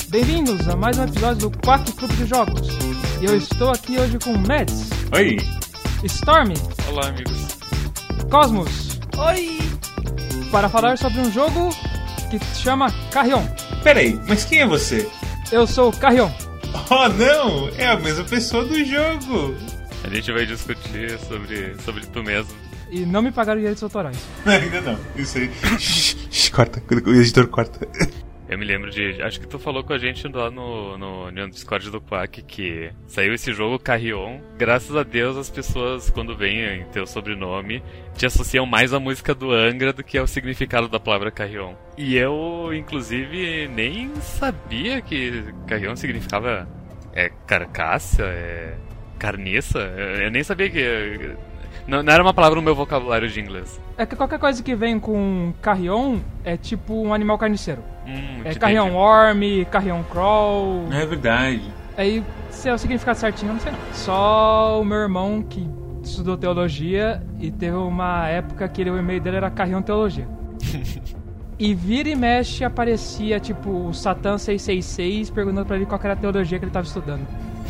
Bem-vindos a mais um episódio do Quack Clube de Jogos. E eu estou aqui hoje com Mads. Oi! Storm. Olá, amigos. Cosmos. Oi! Para falar sobre um jogo que se chama Carrion. Peraí, mas quem é você? Eu sou o Carrion. Oh, não! É a mesma pessoa do jogo! A gente vai discutir sobre tu mesmo. E não me pagaram direitos autorais. Ainda não, isso aí. Corta, o editor corta. Eu me lembro de... Acho que tu falou com a gente lá no Discord do Quack que saiu esse jogo Carrion. Graças a Deus as pessoas, quando veem teu sobrenome, te associam mais à música do Angra do que ao significado da palavra Carrion. E eu, inclusive, nem sabia que Carrion significava carcaça, carniça. Eu nem sabia que... Não era uma palavra no meu vocabulário de inglês. É que qualquer coisa que vem com Carrion é tipo um animal carniceiro. É entendi. Carrion Worm, Carrion Crawl. É verdade. Aí, se é o significado certinho, eu não sei não. Só o meu irmão que estudou teologia e teve uma época que o e-mail dele era Carrion Teologia. E vira e mexe aparecia tipo o Satã 666 perguntando pra ele qual era a teologia que ele tava estudando.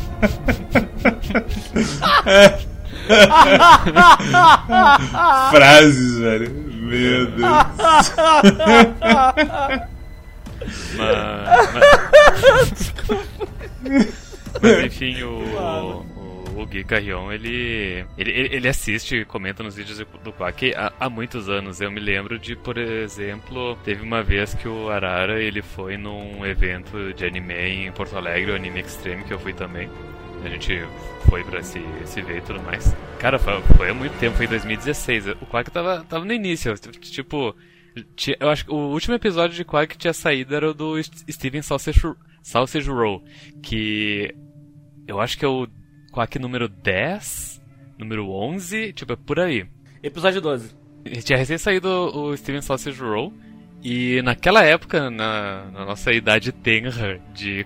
Frases, velho. Meu Deus. Mas enfim, o Gui Carrion, ele assiste e comenta nos vídeos do Quack há muitos anos. Eu me lembro de, por exemplo, teve uma vez que o Arara ele foi num evento de anime em Porto Alegre, o Anime Extreme, que eu fui também. A gente foi pra se ver e tudo mais. Cara, foi há muito tempo, foi em 2016. O Quack tava no início, tipo... Eu acho que o último episódio de Quack que tinha saído era o do Steven Sausage Roll, que eu acho que é o Quack número 10, número 11, tipo, é por aí. Episódio 12. Tinha recém saído o Steven Sausage Roll, e naquela época, na nossa idade tenra de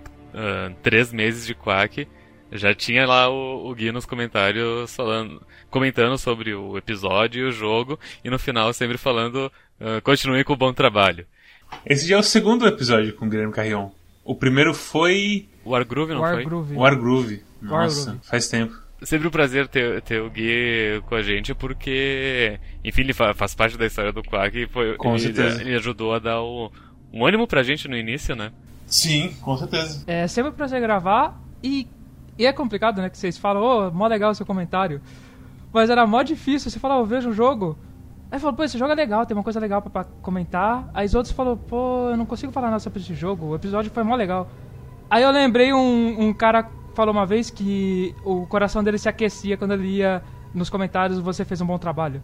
3 meses de Quack, já tinha lá o Gui nos comentários comentando sobre o episódio e o jogo, e no final sempre falando, continue com o bom trabalho. Esse já é o segundo episódio com o Guilherme Carrion. O primeiro foi... Wargroove, não foi? Wargroove. Nossa, faz tempo. Sempre um prazer ter o Gui com a gente, porque, enfim, ele faz parte da história do Quack e com certeza. Ele ajudou a dar um ânimo pra gente no início, né? Sim, com certeza. É sempre um prazer gravar e é complicado, né? Que vocês falam, mó legal o seu comentário. Mas era mó difícil. Você fala, eu vejo o jogo. Aí falou, esse jogo é legal, tem uma coisa legal pra comentar. Aí os outros falaram, eu não consigo falar nada sobre esse jogo. O episódio foi mó legal. Aí eu lembrei um cara falou uma vez que o coração dele se aquecia quando ele ia nos comentários, você fez um bom trabalho.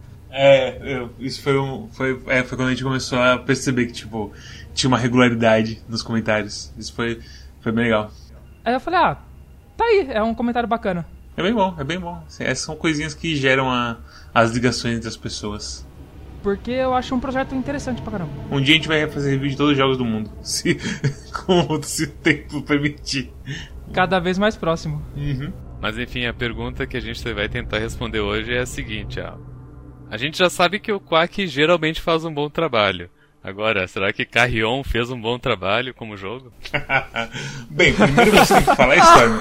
Isso foi quando a gente começou a perceber que, tipo, tinha uma regularidade nos comentários. Isso foi bem legal. Aí eu falei, tá aí, é um comentário bacana. É bem bom. Essas são coisinhas que geram as ligações entre as pessoas. Porque eu acho um projeto interessante pra caramba. Um dia a gente vai fazer review de todos os jogos do mundo. Se o tempo permitir. Cada vez mais próximo. Uhum. Mas enfim, a pergunta que a gente vai tentar responder hoje é a seguinte, A gente já sabe que o Quack geralmente faz um bom trabalho. Agora, será que Carrion fez um bom trabalho como jogo? Bem, primeiro você tem que falar a história.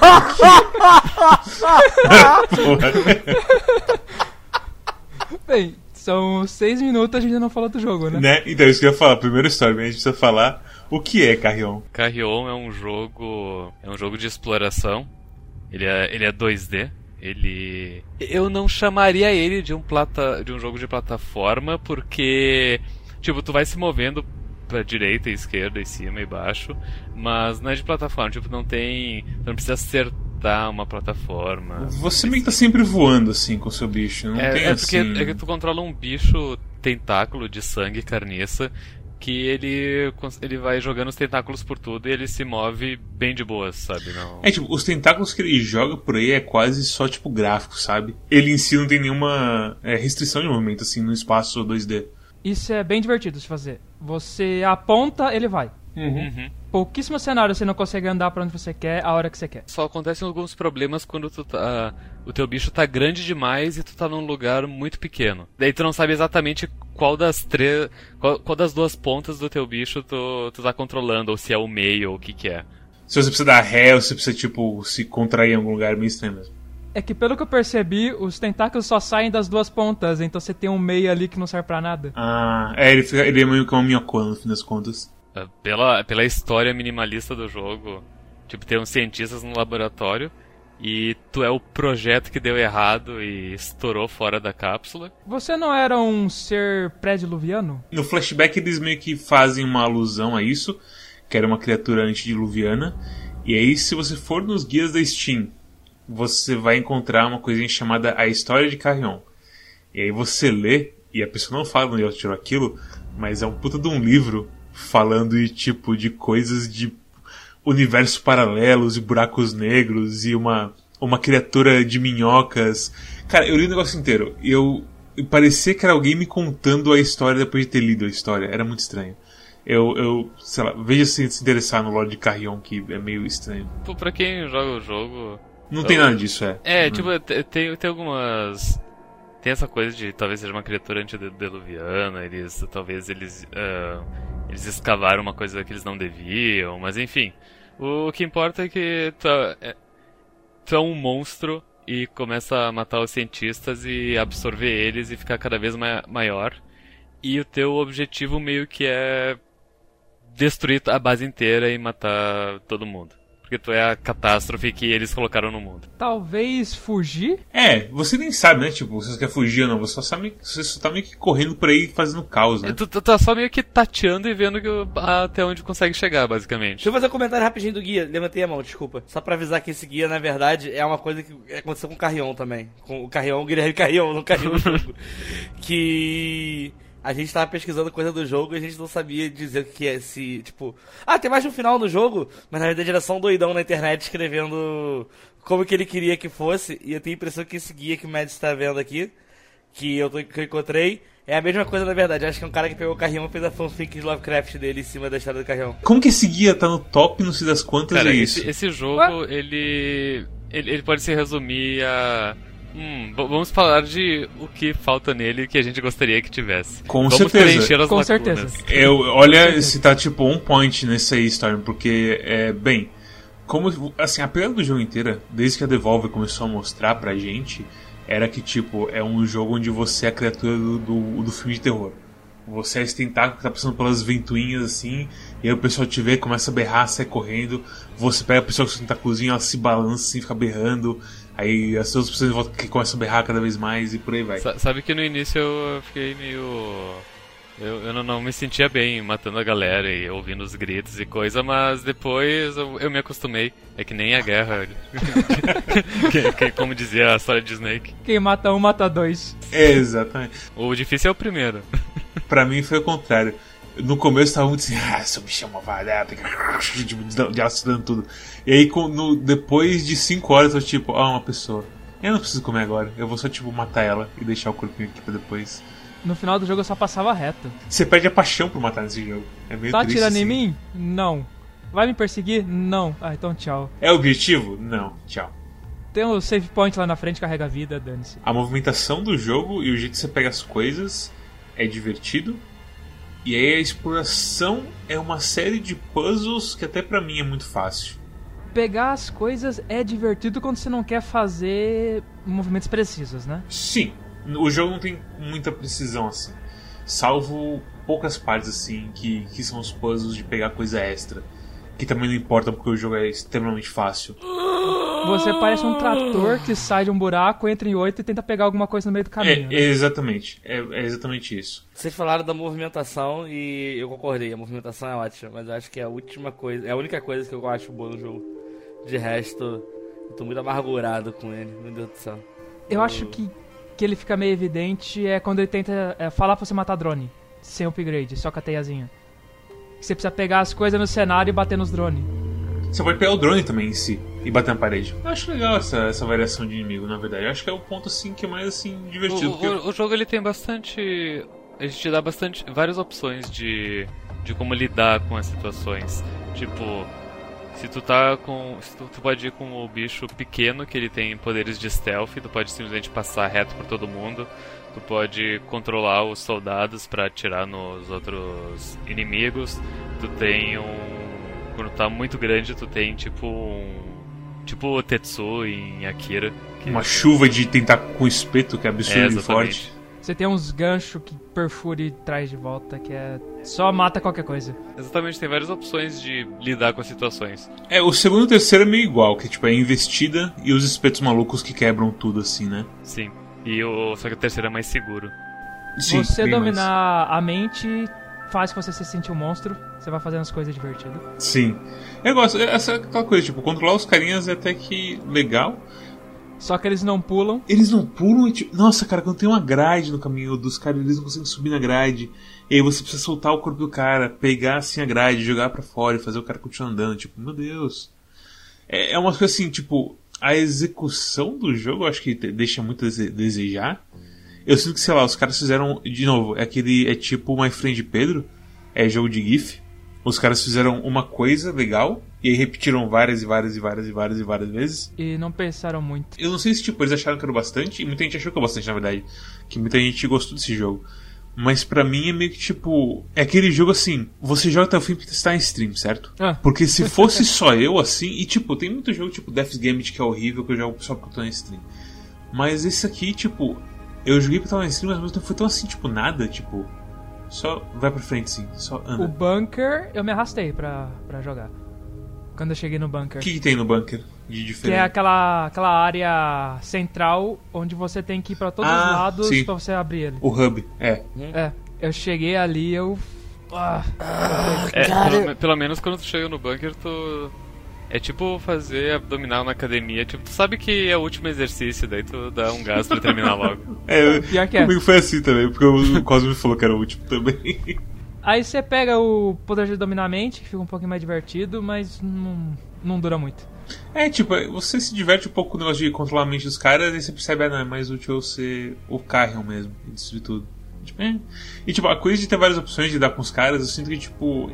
Bem, são 6 minutos e a gente ainda não falou do jogo, né? Então, isso que eu ia falar. Primeiro história, a gente precisa falar o que é Carrion. Carrion é um jogo de exploração. Ele é 2D. Eu não chamaria ele de um jogo de plataforma, porque... Tipo, tu vai se movendo pra direita e esquerda, e cima e baixo, mas não é de plataforma, tipo, não precisa acertar uma plataforma. Você meio que tá sempre voando, assim, com o seu bicho, não tem assim... Porque é que tu controla um bicho tentáculo de sangue e carniça, que ele vai jogando os tentáculos por tudo e ele se move bem de boas, sabe? Não... tipo, os tentáculos que ele joga por aí é quase só, tipo, gráfico, sabe? Ele em si não tem nenhuma restrição de movimento, assim, no espaço 2D. Isso é bem divertido de fazer. Você aponta, ele vai. Uhum. Pouquíssimos cenários você não consegue andar pra onde você quer, a hora que você quer. Só acontecem alguns problemas quando o teu bicho tá grande demais e tu tá num lugar muito pequeno. Daí tu não sabe exatamente qual das duas pontas do teu bicho tu tá controlando, ou se é o meio ou o que é. Se você precisa dar ré, ou se você precisa, tipo, se contrair em algum lugar, meio estranho mesmo. É que pelo que eu percebi, os tentáculos só saem das duas pontas, então você tem um meio ali que não serve pra nada. Ele é meio que uma minhocona, no fim das contas. Pela história minimalista do jogo, tipo, tem uns cientistas no laboratório e tu é o projeto que deu errado e estourou fora da cápsula. Você não era um ser pré-diluviano? No flashback eles meio que fazem uma alusão a isso, que era uma criatura antediluviana. E aí, se você for nos guias da Steam, você vai encontrar uma coisinha chamada A História de Carrion. E aí você lê, e a pessoa não fala onde ela tirou aquilo, mas é um puta de um livro falando de coisas de universos paralelos e buracos negros e uma criatura de minhocas. Cara, eu li o negócio inteiro. Eu parecia que era alguém me contando a história depois de ter lido a história. Era muito estranho. Sei lá, veja se interessar no lore de Carrion, que é meio estranho. Pô, pra quem joga o jogo... Não tem nada disso, Tem algumas... Tem essa coisa de talvez seja uma criatura antediluviana, talvez eles escavaram uma coisa que eles não deviam, mas enfim. O que importa é que tu é um monstro e começa a matar os cientistas e absorver eles e ficar cada vez maior. E o teu objetivo meio que é destruir a base inteira e matar todo mundo. Porque tu é a catástrofe que eles colocaram no mundo. Talvez fugir? Você nem sabe, né? Tipo, se você quer fugir ou não. Você só tá meio que correndo por aí fazendo caos, né? Tu tá só meio que tateando e vendo até onde consegue chegar, basicamente. Deixa eu fazer um comentário rapidinho do guia. Levantei a mão, desculpa. Só pra avisar que esse guia, na verdade, é uma coisa que aconteceu com o Carrion também. Com o Carrion, o Guilherme Carrion, no Carrion do jogo. Que... A gente tava pesquisando coisa do jogo e a gente não sabia dizer o que é esse, tipo... tem mais de um final no jogo, mas na verdade era só um doidão na internet escrevendo como que ele queria que fosse. E eu tenho a impressão que esse guia que o Mads está vendo aqui, que eu encontrei, é a mesma coisa na verdade. Acho que é um cara que pegou o Carrion e fez a fanfic de Lovecraft dele em cima da história do Carrion. Como que esse guia tá no top, não sei das quantas, cara, é isso? Esse jogo, ele pode se resumir a... vamos falar de o que falta nele que a gente gostaria que tivesse. Com vamos certeza. Preencher as Com lacunas. certeza. Olha se tá tipo on point nessa aí, Storm, porque como assim, a pegada do jogo inteira, desde que a Devolver começou a mostrar pra gente, era que tipo, é um jogo onde você é a criatura do filme de terror. Você é esse tentáculo que tá passando pelas ventoinhas assim, e aí o pessoal te vê, começa a berrar, sai correndo. Você pega a pessoa com o tentáculozinho, ela se balança assim, fica berrando. Aí as outras pessoas em volta que começam a berrar cada vez mais e por aí vai. Sabe que no início eu fiquei meio... Eu não me sentia bem matando a galera e ouvindo os gritos e coisa, mas depois eu me acostumei. É que nem a guerra. Como dizia a história de Snake. Quem mata um, mata dois. Exatamente. O difícil é o primeiro. Pra mim foi o contrário. No começo tava muito assim, seu bicho é uma varada, de ela se dando tudo. E aí depois de 5 horas eu tipo, uma pessoa. Eu não preciso comer agora, eu vou só tipo matar ela e deixar o corpinho aqui pra depois. No final do jogo eu só passava reto. Você perde a paixão por matar nesse jogo. É meio Tá triste, atirando assim. em mim? Não. Vai me perseguir? Não. Então tchau. É o objetivo? Não, tchau. Tem o save point lá na frente, carrega a vida, dane-se. A movimentação do jogo e o jeito que você pega as coisas é divertido. E aí a exploração é uma série de puzzles que até pra mim é muito fácil. Pegar as coisas é divertido quando você não quer fazer movimentos precisos, né? Sim, o jogo não tem muita precisão assim. Salvo poucas partes assim que são os puzzles de pegar coisa extra. Que também não importa porque o jogo é extremamente fácil. Você parece um trator que sai de um buraco, entra em 8 e tenta pegar alguma coisa no meio do caminho. Exatamente. É exatamente isso. Vocês falaram da movimentação e eu concordei, a movimentação é ótima, mas eu acho que é a última coisa, é a única coisa que eu acho boa no jogo. De resto, eu tô muito amargurado com ele, meu Deus do céu. Eu acho que ele fica meio evidente quando ele tenta falar pra você matar drone, sem upgrade, só com a teiazinha. Você precisa pegar as coisas no cenário e bater nos drones. Você pode pegar o drone também em si e bater na parede. Eu acho legal essa variação de inimigo, na verdade. Eu acho que é o ponto assim, que é mais assim, divertido. O jogo ele tem bastante... Ele te dá várias opções de como lidar com as situações. Tipo, se tu pode ir com o bicho pequeno, que ele tem poderes de stealth, tu pode simplesmente passar reto por todo mundo. Tu pode controlar os soldados pra atirar nos outros inimigos. Tu tem quando tá muito grande, tu tem tipo o Tetsu em Akira. Uma chuva de tentáculo com espeto que é absurdo e forte. Você tem uns ganchos que perfura e traz de volta, que é... só mata qualquer coisa. Exatamente, tem várias opções de lidar com as situações. O segundo e o terceiro é meio igual, que tipo, é investida e os espetos malucos que quebram tudo assim, né? Sim, só que o terceiro é mais seguro. Sim, você bem dominar a mente faz com você se sentir um monstro, você vai fazendo as coisas divertidas. Sim. Eu gosto, aquela coisa, tipo, controlar os carinhas é até que legal. Só que eles não pulam. Eles não pulam e tipo... Nossa, cara, quando tem uma grade no caminho dos caras, eles não conseguem subir na grade. E aí você precisa soltar o corpo do cara, pegar assim a grade, jogar pra fora e fazer o cara continuar andando. Tipo, meu Deus. É uma coisa assim, tipo... A execução do jogo eu acho que deixa muito a desejar. Eu sinto que, sei lá, os caras fizeram... De novo, é tipo My Friend Pedro. É jogo de GIF. Os caras fizeram uma coisa legal e aí repetiram várias vezes. E não pensaram muito. Eu não sei se tipo, eles acharam que era bastante, e muita gente achou que era bastante, na verdade. Que muita gente gostou desse jogo. Mas pra mim é meio que tipo... É aquele jogo assim, você joga até o fim porque está em stream, certo? Porque se fosse só eu assim... E tipo, tem muito jogo tipo Death's Gambit que é horrível, que eu jogo só porque eu tô em stream. Mas esse aqui, tipo... Eu joguei porque eu tava em stream, mas não foi tão assim, tipo, nada, tipo... Só vai pra frente, sim. Só anda. O bunker, eu me arrastei pra jogar. Quando eu cheguei no bunker. O que tem no bunker de diferente? Que é aquela área central onde você tem que ir pra todos os lados sim. Pra você abrir ele. O hub, eu cheguei ali, pelo menos quando tu chega no bunker, tu... É tipo fazer abdominal na academia. Tipo, tu sabe que é o último exercício, daí tu dá um gás pra terminar logo. Pior que comigo foi assim também, porque o Cosmo me falou que era o último também. Aí você pega o poder de dominar a mente, que fica um pouquinho mais divertido, mas não dura muito. Tipo, você se diverte um pouco com o negócio de controlar a mente dos caras, e você percebe, não, é mais útil ser o Carrion mesmo, e destruir tudo. Tipo, E tipo, a coisa de ter várias opções de lidar com os caras, eu sinto que tipo,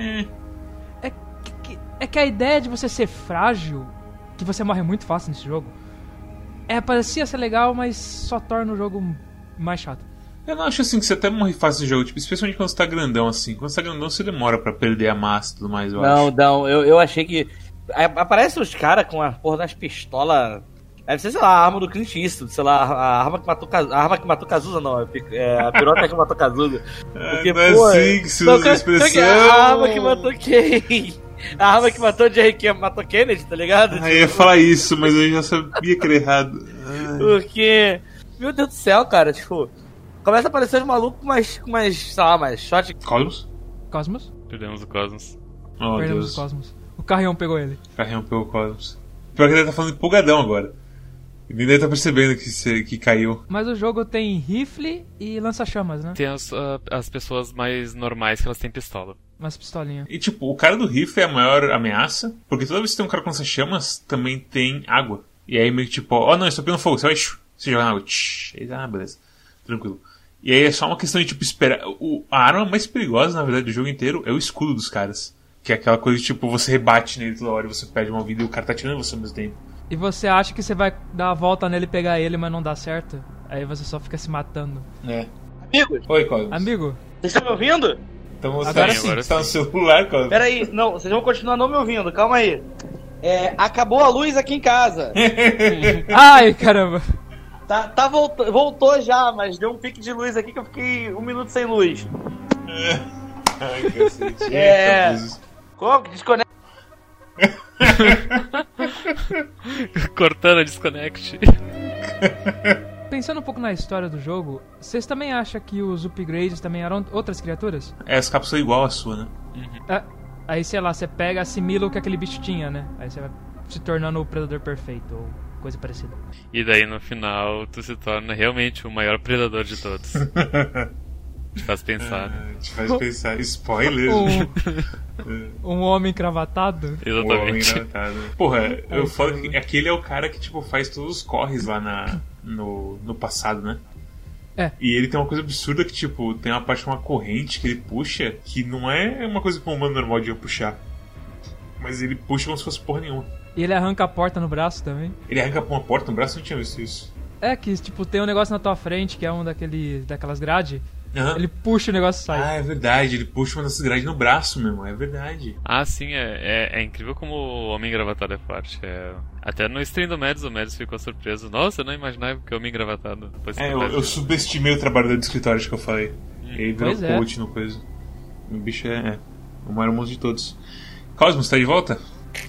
É que a ideia de você ser frágil, que você morre muito fácil nesse jogo, parecia ser legal, mas só torna o jogo mais chato. Eu não acho assim que você até morre fácil nesse jogo, tipo, especialmente quando você tá grandão assim. Quando você tá grandão, você demora pra perder a massa e tudo mais, eu acho. Não, eu achei que... Aparece os caras com a porra das pistolas... Deve ser, sei lá, a arma do Clint Eastwood, sei lá, a arma que matou Cazuza, não, a piroca que matou Cazuza. Porque, não é assim que se usa a expressão. A arma que matou quem? A arma que matou matou Kennedy, tá ligado? Eu ia falar isso, mas eu já sabia que era errado. Porque, meu Deus do céu, cara, tipo, começa a aparecer os malucos com mais, sei lá, mais shot. Cosmos? Perdemos o Cosmos. Oh, Perdemos Deus. o Cosmos. O Carrion pegou ele. O Carrion pegou o Cosmos. Pior que ele tá falando empolgadão agora. Ele nem tá percebendo que caiu. Mas o jogo tem rifle e lança-chamas, né? Tem as pessoas mais normais que elas têm pistola. Umas pistolinhas. E tipo, o cara do rifle é a maior ameaça, porque toda vez que tem um cara com lança-chamas, também tem água. E aí meio que tipo, não, estou pegando fogo, você vai você joga na água. Aí, beleza. Tranquilo. E aí é só uma questão de tipo esperar. A arma mais perigosa, na verdade, do jogo inteiro é o escudo dos caras. Que é aquela coisa de tipo, você rebate nele toda hora e você perde uma vida e o cara tá atirando em você ao mesmo tempo. E você acha que você vai dar a volta nele e pegar ele, mas não dá certo? Aí você só fica se matando. Amigos? Oi, Cosmos. Amigo? Vocês estão me ouvindo? Então você Agora sim, você tá no celular, Cosmos. Pera aí, não, vocês vão continuar não me ouvindo, calma aí. Acabou a luz aqui em casa. Ai, caramba. Voltou já, mas deu um pique de luz aqui que eu fiquei 1 minuto sem luz. Ai, cacete. Como que desconecta? Cortana Disconnect. Pensando um pouco na história do jogo, vocês também acham que os upgrades também eram outras criaturas? As cápsulas são igual à sua, né? Aí, sei lá, você pega, assimila o que aquele bicho tinha, né? Aí você vai se tornando o predador perfeito, ou coisa parecida. E daí no final tu se torna realmente o maior predador de todos. Te faz pensar. Te faz pensar. Spoiler. Um homem cravatado. Exatamente. Um homem cravatado. Porra, eu falo que aquele é o cara que tipo faz todos os corres lá no passado, né? E ele tem uma coisa absurda que tipo, tem uma parte de uma corrente que ele puxa que não é uma coisa que um humano normal devia puxar. Mas ele puxa como se fosse porra nenhuma. E ele arranca a porta no braço também. Ele arranca uma porta no braço? Eu não tinha visto isso. Que tipo, tem um negócio na tua frente que é daquelas grades. Aham. Ele puxa o negócio e sai. Ah, é verdade, ele puxa uma dessas grades no braço mesmo, é verdade. Ah, sim, é incrível como o Homem Engravatado é forte. Até no stream do Mads, o Mads ficou surpreso. Nossa, eu não imaginava que o Homem Engravatado... Depois Eu subestimei o trabalho do escritório que eu falei. Ele virou Pois é. coach no coisa. O bicho é o maior monstro de todos. Cosmos, tá de volta?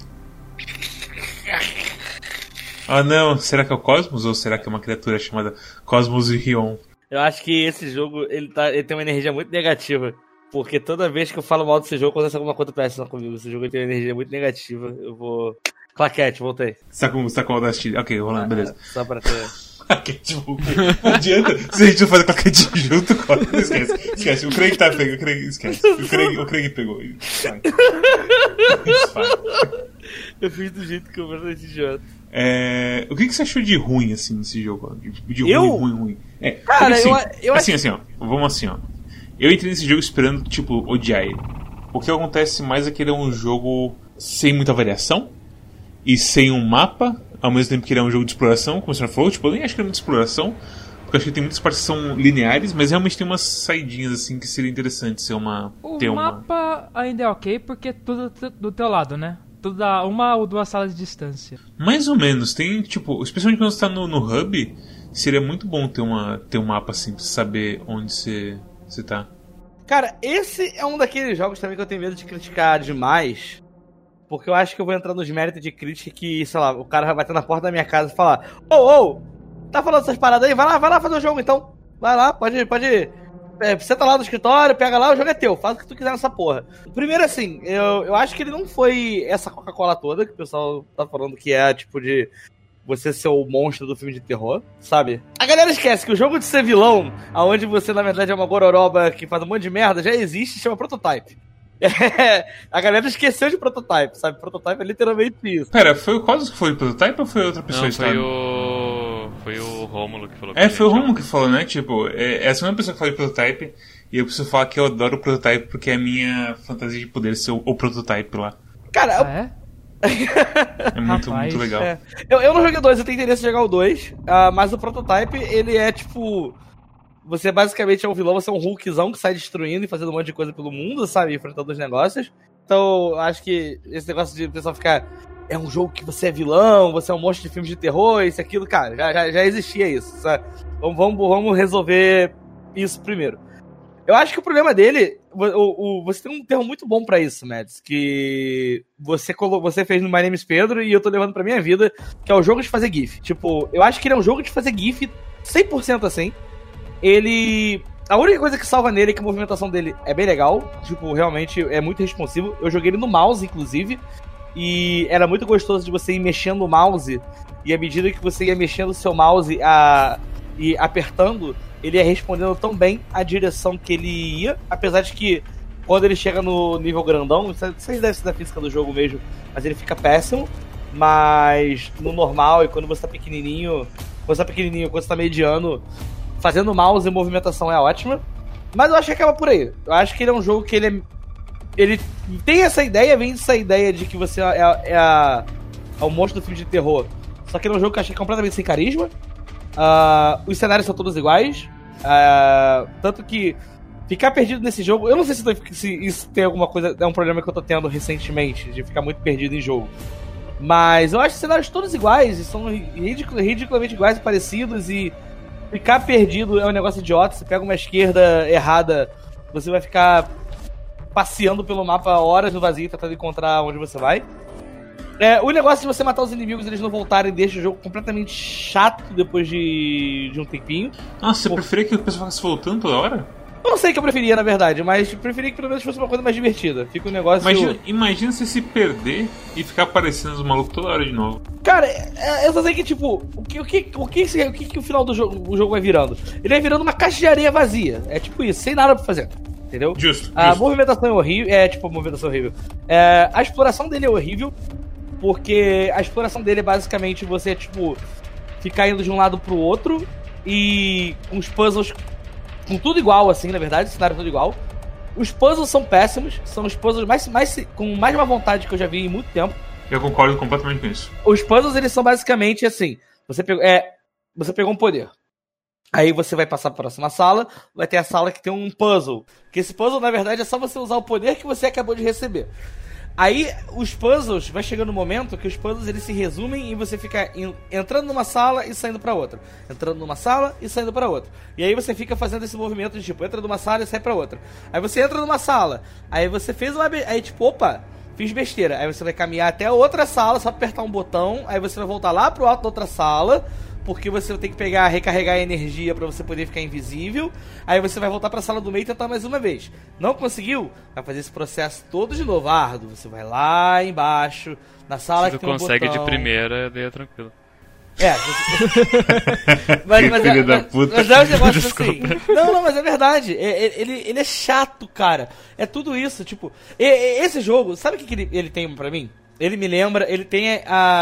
Ah não, será que é o Cosmos ou será que é uma criatura chamada Cosmos e Rion? Eu acho que esse jogo, ele tem uma energia muito negativa. Porque toda vez que eu falo mal desse jogo, acontece alguma coisa péssima comigo. Esse jogo tem uma energia muito negativa. Eu vou... Claquete, voltei. Você tá com Audacity? Ok, rolando, beleza. Só pra ter... Claquete, não adianta. Se a gente não faz claquete junto, Cosmos, esquece. O Craig tá pegando, esquece. O Craig pegou. Vai. Eu fiz do jeito que eu vou nesse idiota. O que você achou de ruim, assim, nesse jogo? De ruim. Cara, assim, eu acho... Assim, ó. Vamos assim, ó. Eu entrei nesse jogo esperando, tipo, odiar ele. O que acontece mais é que ele é um jogo sem muita variação e sem um mapa, ao mesmo tempo que ele é um jogo de exploração, como você falou. Tipo, eu nem acho que é muito de exploração, porque eu acho que tem muitas partes que são lineares, mas realmente tem umas saidinhas, assim, que seria interessante ser uma... O mapa ainda é ok, porque tudo do teu lado, né? Tudo a uma ou duas salas de distância. Mais ou menos. Tem, tipo, especialmente quando você tá no hub, seria muito bom ter um mapa assim, pra saber onde você tá. Cara, esse é um daqueles jogos também que eu tenho medo de criticar demais. Porque eu acho que eu vou entrar nos méritos de crítica que, sei lá, o cara vai bater na porta da minha casa e falar: Ô, tá falando essas paradas aí? Vai lá fazer o jogo então. Vai lá, pode senta lá no escritório, pega lá, o jogo é teu, faz o que tu quiser nessa porra. Primeiro, assim, eu acho que ele não foi essa Coca-Cola toda que o pessoal tá falando que é tipo de você ser o monstro do filme de terror, sabe? A galera esquece que o jogo de ser vilão, onde você na verdade é uma gororoba que faz um monte de merda, já existe, chama Prototype. A galera esqueceu de Prototype, sabe? Prototype é literalmente isso. Pera, foi o Cosmos que foi o Prototype ou foi outra pessoa? Não, foi o Rômulo que falou. Foi o Rômulo que falou, né? Tipo, é a segunda pessoa que fala de Prototype e eu preciso falar que eu adoro o Prototype porque é a minha fantasia de poder ser o Prototype lá. Cara, é muito legal. Eu não joguei o 2, eu tenho interesse em jogar o 2, mas o Prototype, ele é tipo... Você basicamente é um vilão, você é um Hulkzão que sai destruindo e fazendo um monte de coisa pelo mundo, sabe? Enfrentando os negócios. Então, eu acho que esse negócio de o pessoal ficar... É um jogo que você é vilão, você é um monstro de filmes de terror, isso, aquilo, cara, já existia isso, sabe? Vamos resolver isso primeiro. Eu acho que o problema dele... Você tem um termo muito bom pra isso, Mads, que você fez no My Name is Pedro e eu tô levando pra minha vida, que é o jogo de fazer GIF. Tipo, eu acho que ele é um jogo de fazer GIF 100% assim. A única coisa que salva nele é que a movimentação dele é bem legal. Tipo, realmente é muito responsivo. Eu joguei ele no mouse, inclusive. E era muito gostoso de você ir mexendo o mouse. E à medida que você ia mexendo o seu mouse e apertando, ele ia respondendo tão bem a direção que ele ia. Apesar de que quando ele chega no nível grandão, vocês devem ser da física do jogo mesmo, mas ele fica péssimo. Mas no normal e quando você tá pequenininho, quando você tá mediano, fazendo mouse e movimentação é ótima. Mas eu acho que acaba por aí. Eu acho que ele é um jogo que ele tem essa ideia, vem dessa ideia de que você é o monstro do filme de terror. Só que ele é um jogo que eu achei completamente sem carisma. Os cenários são todos iguais. Tanto que ficar perdido nesse jogo... Eu não sei se isso tem alguma coisa... É um problema que eu tô tendo recentemente, de ficar muito perdido em jogo. Mas eu acho os cenários todos iguais. E são ridiculamente iguais e parecidos. E ficar perdido é um negócio idiota. Você pega uma esquerda errada, você vai ficar passeando pelo mapa horas no vazio, tentando encontrar onde você vai. O negócio de você matar os inimigos e eles não voltarem deixa o jogo completamente chato depois de um tempinho. Nossa, você preferia que o pessoal ficasse voltando toda hora? Eu não sei o que eu preferia, na verdade, mas preferia que pelo menos fosse uma coisa mais divertida. Fica um negócio... Imagina você se perder e ficar aparecendo os malucos toda hora de novo. Cara, eu só sei que, tipo, o que o final do jogo, o jogo vai virando? Ele vai virando uma caixa de areia vazia. É tipo isso, sem nada pra fazer. Entendeu? Justo. A movimentação é horrível. A movimentação é horrível. A exploração dele é horrível. Porque a exploração dele é basicamente você, tipo, ficar indo de um lado pro outro e com os puzzles com tudo igual, assim, na verdade, o cenário é tudo igual. Os puzzles são péssimos, são os puzzles com mais má vontade que eu já vi em muito tempo. Eu concordo completamente com isso. Os puzzles, eles são basicamente assim, você pegou um poder. Aí você vai passar para a próxima sala, vai ter a sala que tem um puzzle. Que esse puzzle, na verdade, é só você usar o poder que você acabou de receber. Aí, os puzzles, vai chegando um momento que os puzzles eles se resumem em você ficar entrando numa sala e saindo pra outra. Entrando numa sala e saindo pra outra. E aí você fica fazendo esse movimento de tipo, entra numa sala e sai pra outra. Aí você entra numa sala, aí você fez uma... Aí tipo, opa, fiz besteira. Aí você vai caminhar até a outra sala, só apertar um botão, aí você vai voltar lá pro alto da outra sala... Porque você tem que recarregar a energia pra você poder ficar invisível. Aí você vai voltar pra sala do meio e tentar mais uma vez. Não conseguiu? Vai fazer esse processo todo de novo. Árduo. Você vai lá embaixo, na sala que tem um botão. Se tu consegue de primeira, daí é tranquilo. Mas é um negócio assim. Não, mas é verdade. Ele é chato, cara. É tudo isso, tipo... esse jogo, sabe o que ele tem pra mim? Ele me lembra... Ele tem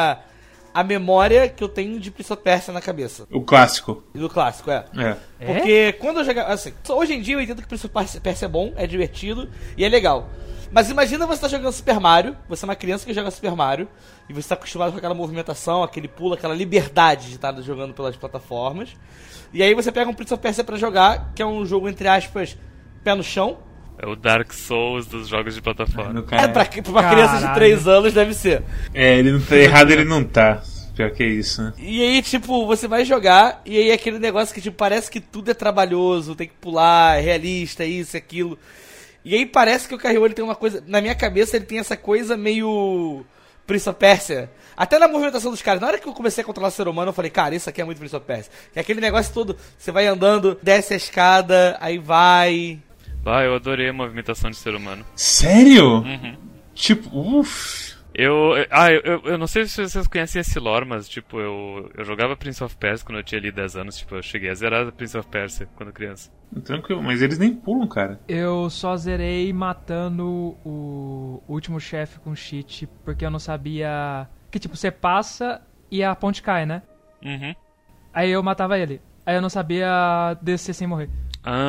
a memória que eu tenho de Prince of Persia na cabeça. O clássico. Do clássico, Porque quando eu jogava... Assim, hoje em dia eu entendo que Prince of Persia é bom, é divertido e é legal. Mas imagina você tá jogando Super Mario, você é uma criança que joga Super Mario, e você tá acostumado com aquela movimentação, aquele pulo, aquela liberdade de estar jogando pelas plataformas. E aí você pega um Prince of Persia pra jogar, que é um jogo, entre aspas, pé no chão. É o Dark Souls dos jogos de plataforma. Pra criança de 3 anos deve ser. Ele não tá errado, ele não tá. Pior que é isso, né? E aí, tipo, você vai jogar, e aí aquele negócio que, tipo, parece que tudo é trabalhoso, tem que pular, é realista, isso e aquilo. E aí parece que o Carrion, ele tem uma coisa... Na minha cabeça, ele tem essa coisa meio... Prince of Persia. Até na movimentação dos caras. Na hora que eu comecei a controlar o ser humano, eu falei, cara, isso aqui é muito Prince of Persia. Que é aquele negócio todo, você vai andando, desce a escada, aí vai... Eu adorei a movimentação de ser humano. Sério? Uhum. Tipo, Eu não sei se vocês conhecem esse lore, mas tipo, eu jogava Prince of Persia quando eu tinha ali 10 anos, tipo, eu cheguei a zerar Prince of Persia quando criança. Tranquilo, mas eles nem pulam, cara. Eu só zerei matando o último chefe com cheat, porque eu não sabia... Que tipo, você passa e a ponte cai, né? Uhum. Aí eu matava ele. Aí eu não sabia descer sem morrer.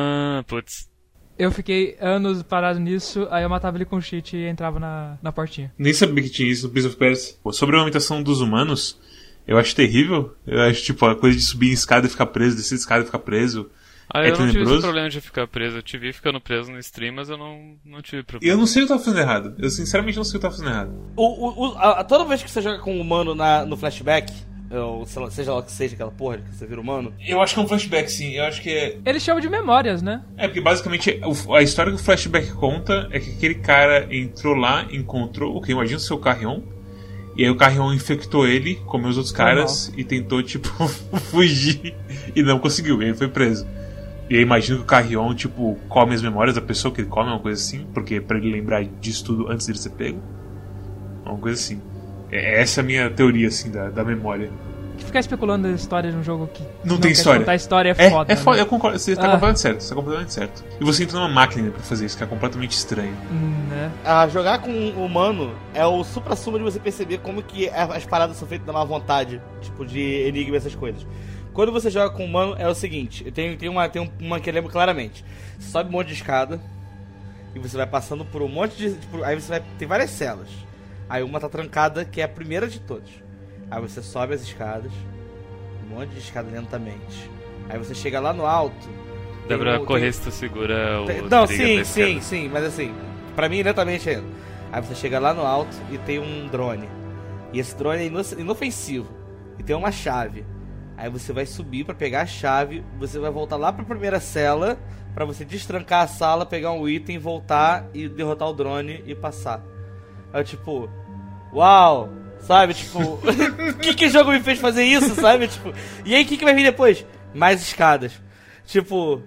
Putz. Eu fiquei anos parado nisso, aí eu matava ele com cheat e entrava na portinha. Nem sabia que tinha isso no Prince of Persia. Sobre a movimentação dos humanos, eu acho terrível. Eu acho, tipo, a coisa de subir em escada e ficar preso, descer de escada e ficar preso. Eu não tive esse problema de ficar preso. Eu te vi ficando preso no stream, mas eu não tive problema. Eu não sei o que eu tava fazendo errado. Eu sinceramente não sei o que eu tava fazendo errado. Toda vez que você joga com um humano no flashback... Ou seja lá o que seja aquela porra que você vira humano. Eu acho que é um flashback, sim. Eu acho que é... Eles chamam de memórias, né? Porque basicamente a história que o flashback conta é que aquele cara entrou lá, encontrou o que imagina o seu Carrion, e aí o Carrion infectou ele, comeu os outros caras e tentou, tipo, fugir e não conseguiu, e ele foi preso. E aí imagino que o Carrion, tipo, come as memórias da pessoa que ele come, uma coisa assim, porque pra ele lembrar disso tudo antes dele ser pego. Uma coisa assim. Essa é a minha teoria, assim, da memória. Ficar especulando a história de um jogo que não tem história. Contar a história é foda. É foda, né? eu concordo. Você tá completamente certo. E você entra numa máquina pra fazer isso, que é completamente estranho. Né? Jogar com um humano é o supra-sumo de você perceber como que as paradas são feitas da má vontade. Tipo, de enigma, essas coisas. Quando você joga com um humano, é o seguinte. Tem uma que eu lembro claramente. Você sobe um monte de escada, e você vai passando por um monte de... Tipo, aí você vai... Tem várias celas. Aí uma tá trancada, que é a primeira de todas. Aí você sobe as escadas, um monte de escada lentamente. Aí você chega lá no alto. Dá pra correr se tu segura o... Não, sim, mas assim, pra mim lentamente ainda. Aí você chega lá no alto e tem um drone. E esse drone é inofensivo. E tem uma chave. Aí você vai subir pra pegar a chave, você vai voltar lá pra primeira cela, pra você destrancar a sala, pegar um item, voltar e derrotar o drone e passar. Aí tipo, uau, sabe, tipo, que jogo me fez fazer isso, sabe, tipo, e aí o que vai vir depois? Mais escadas, tipo,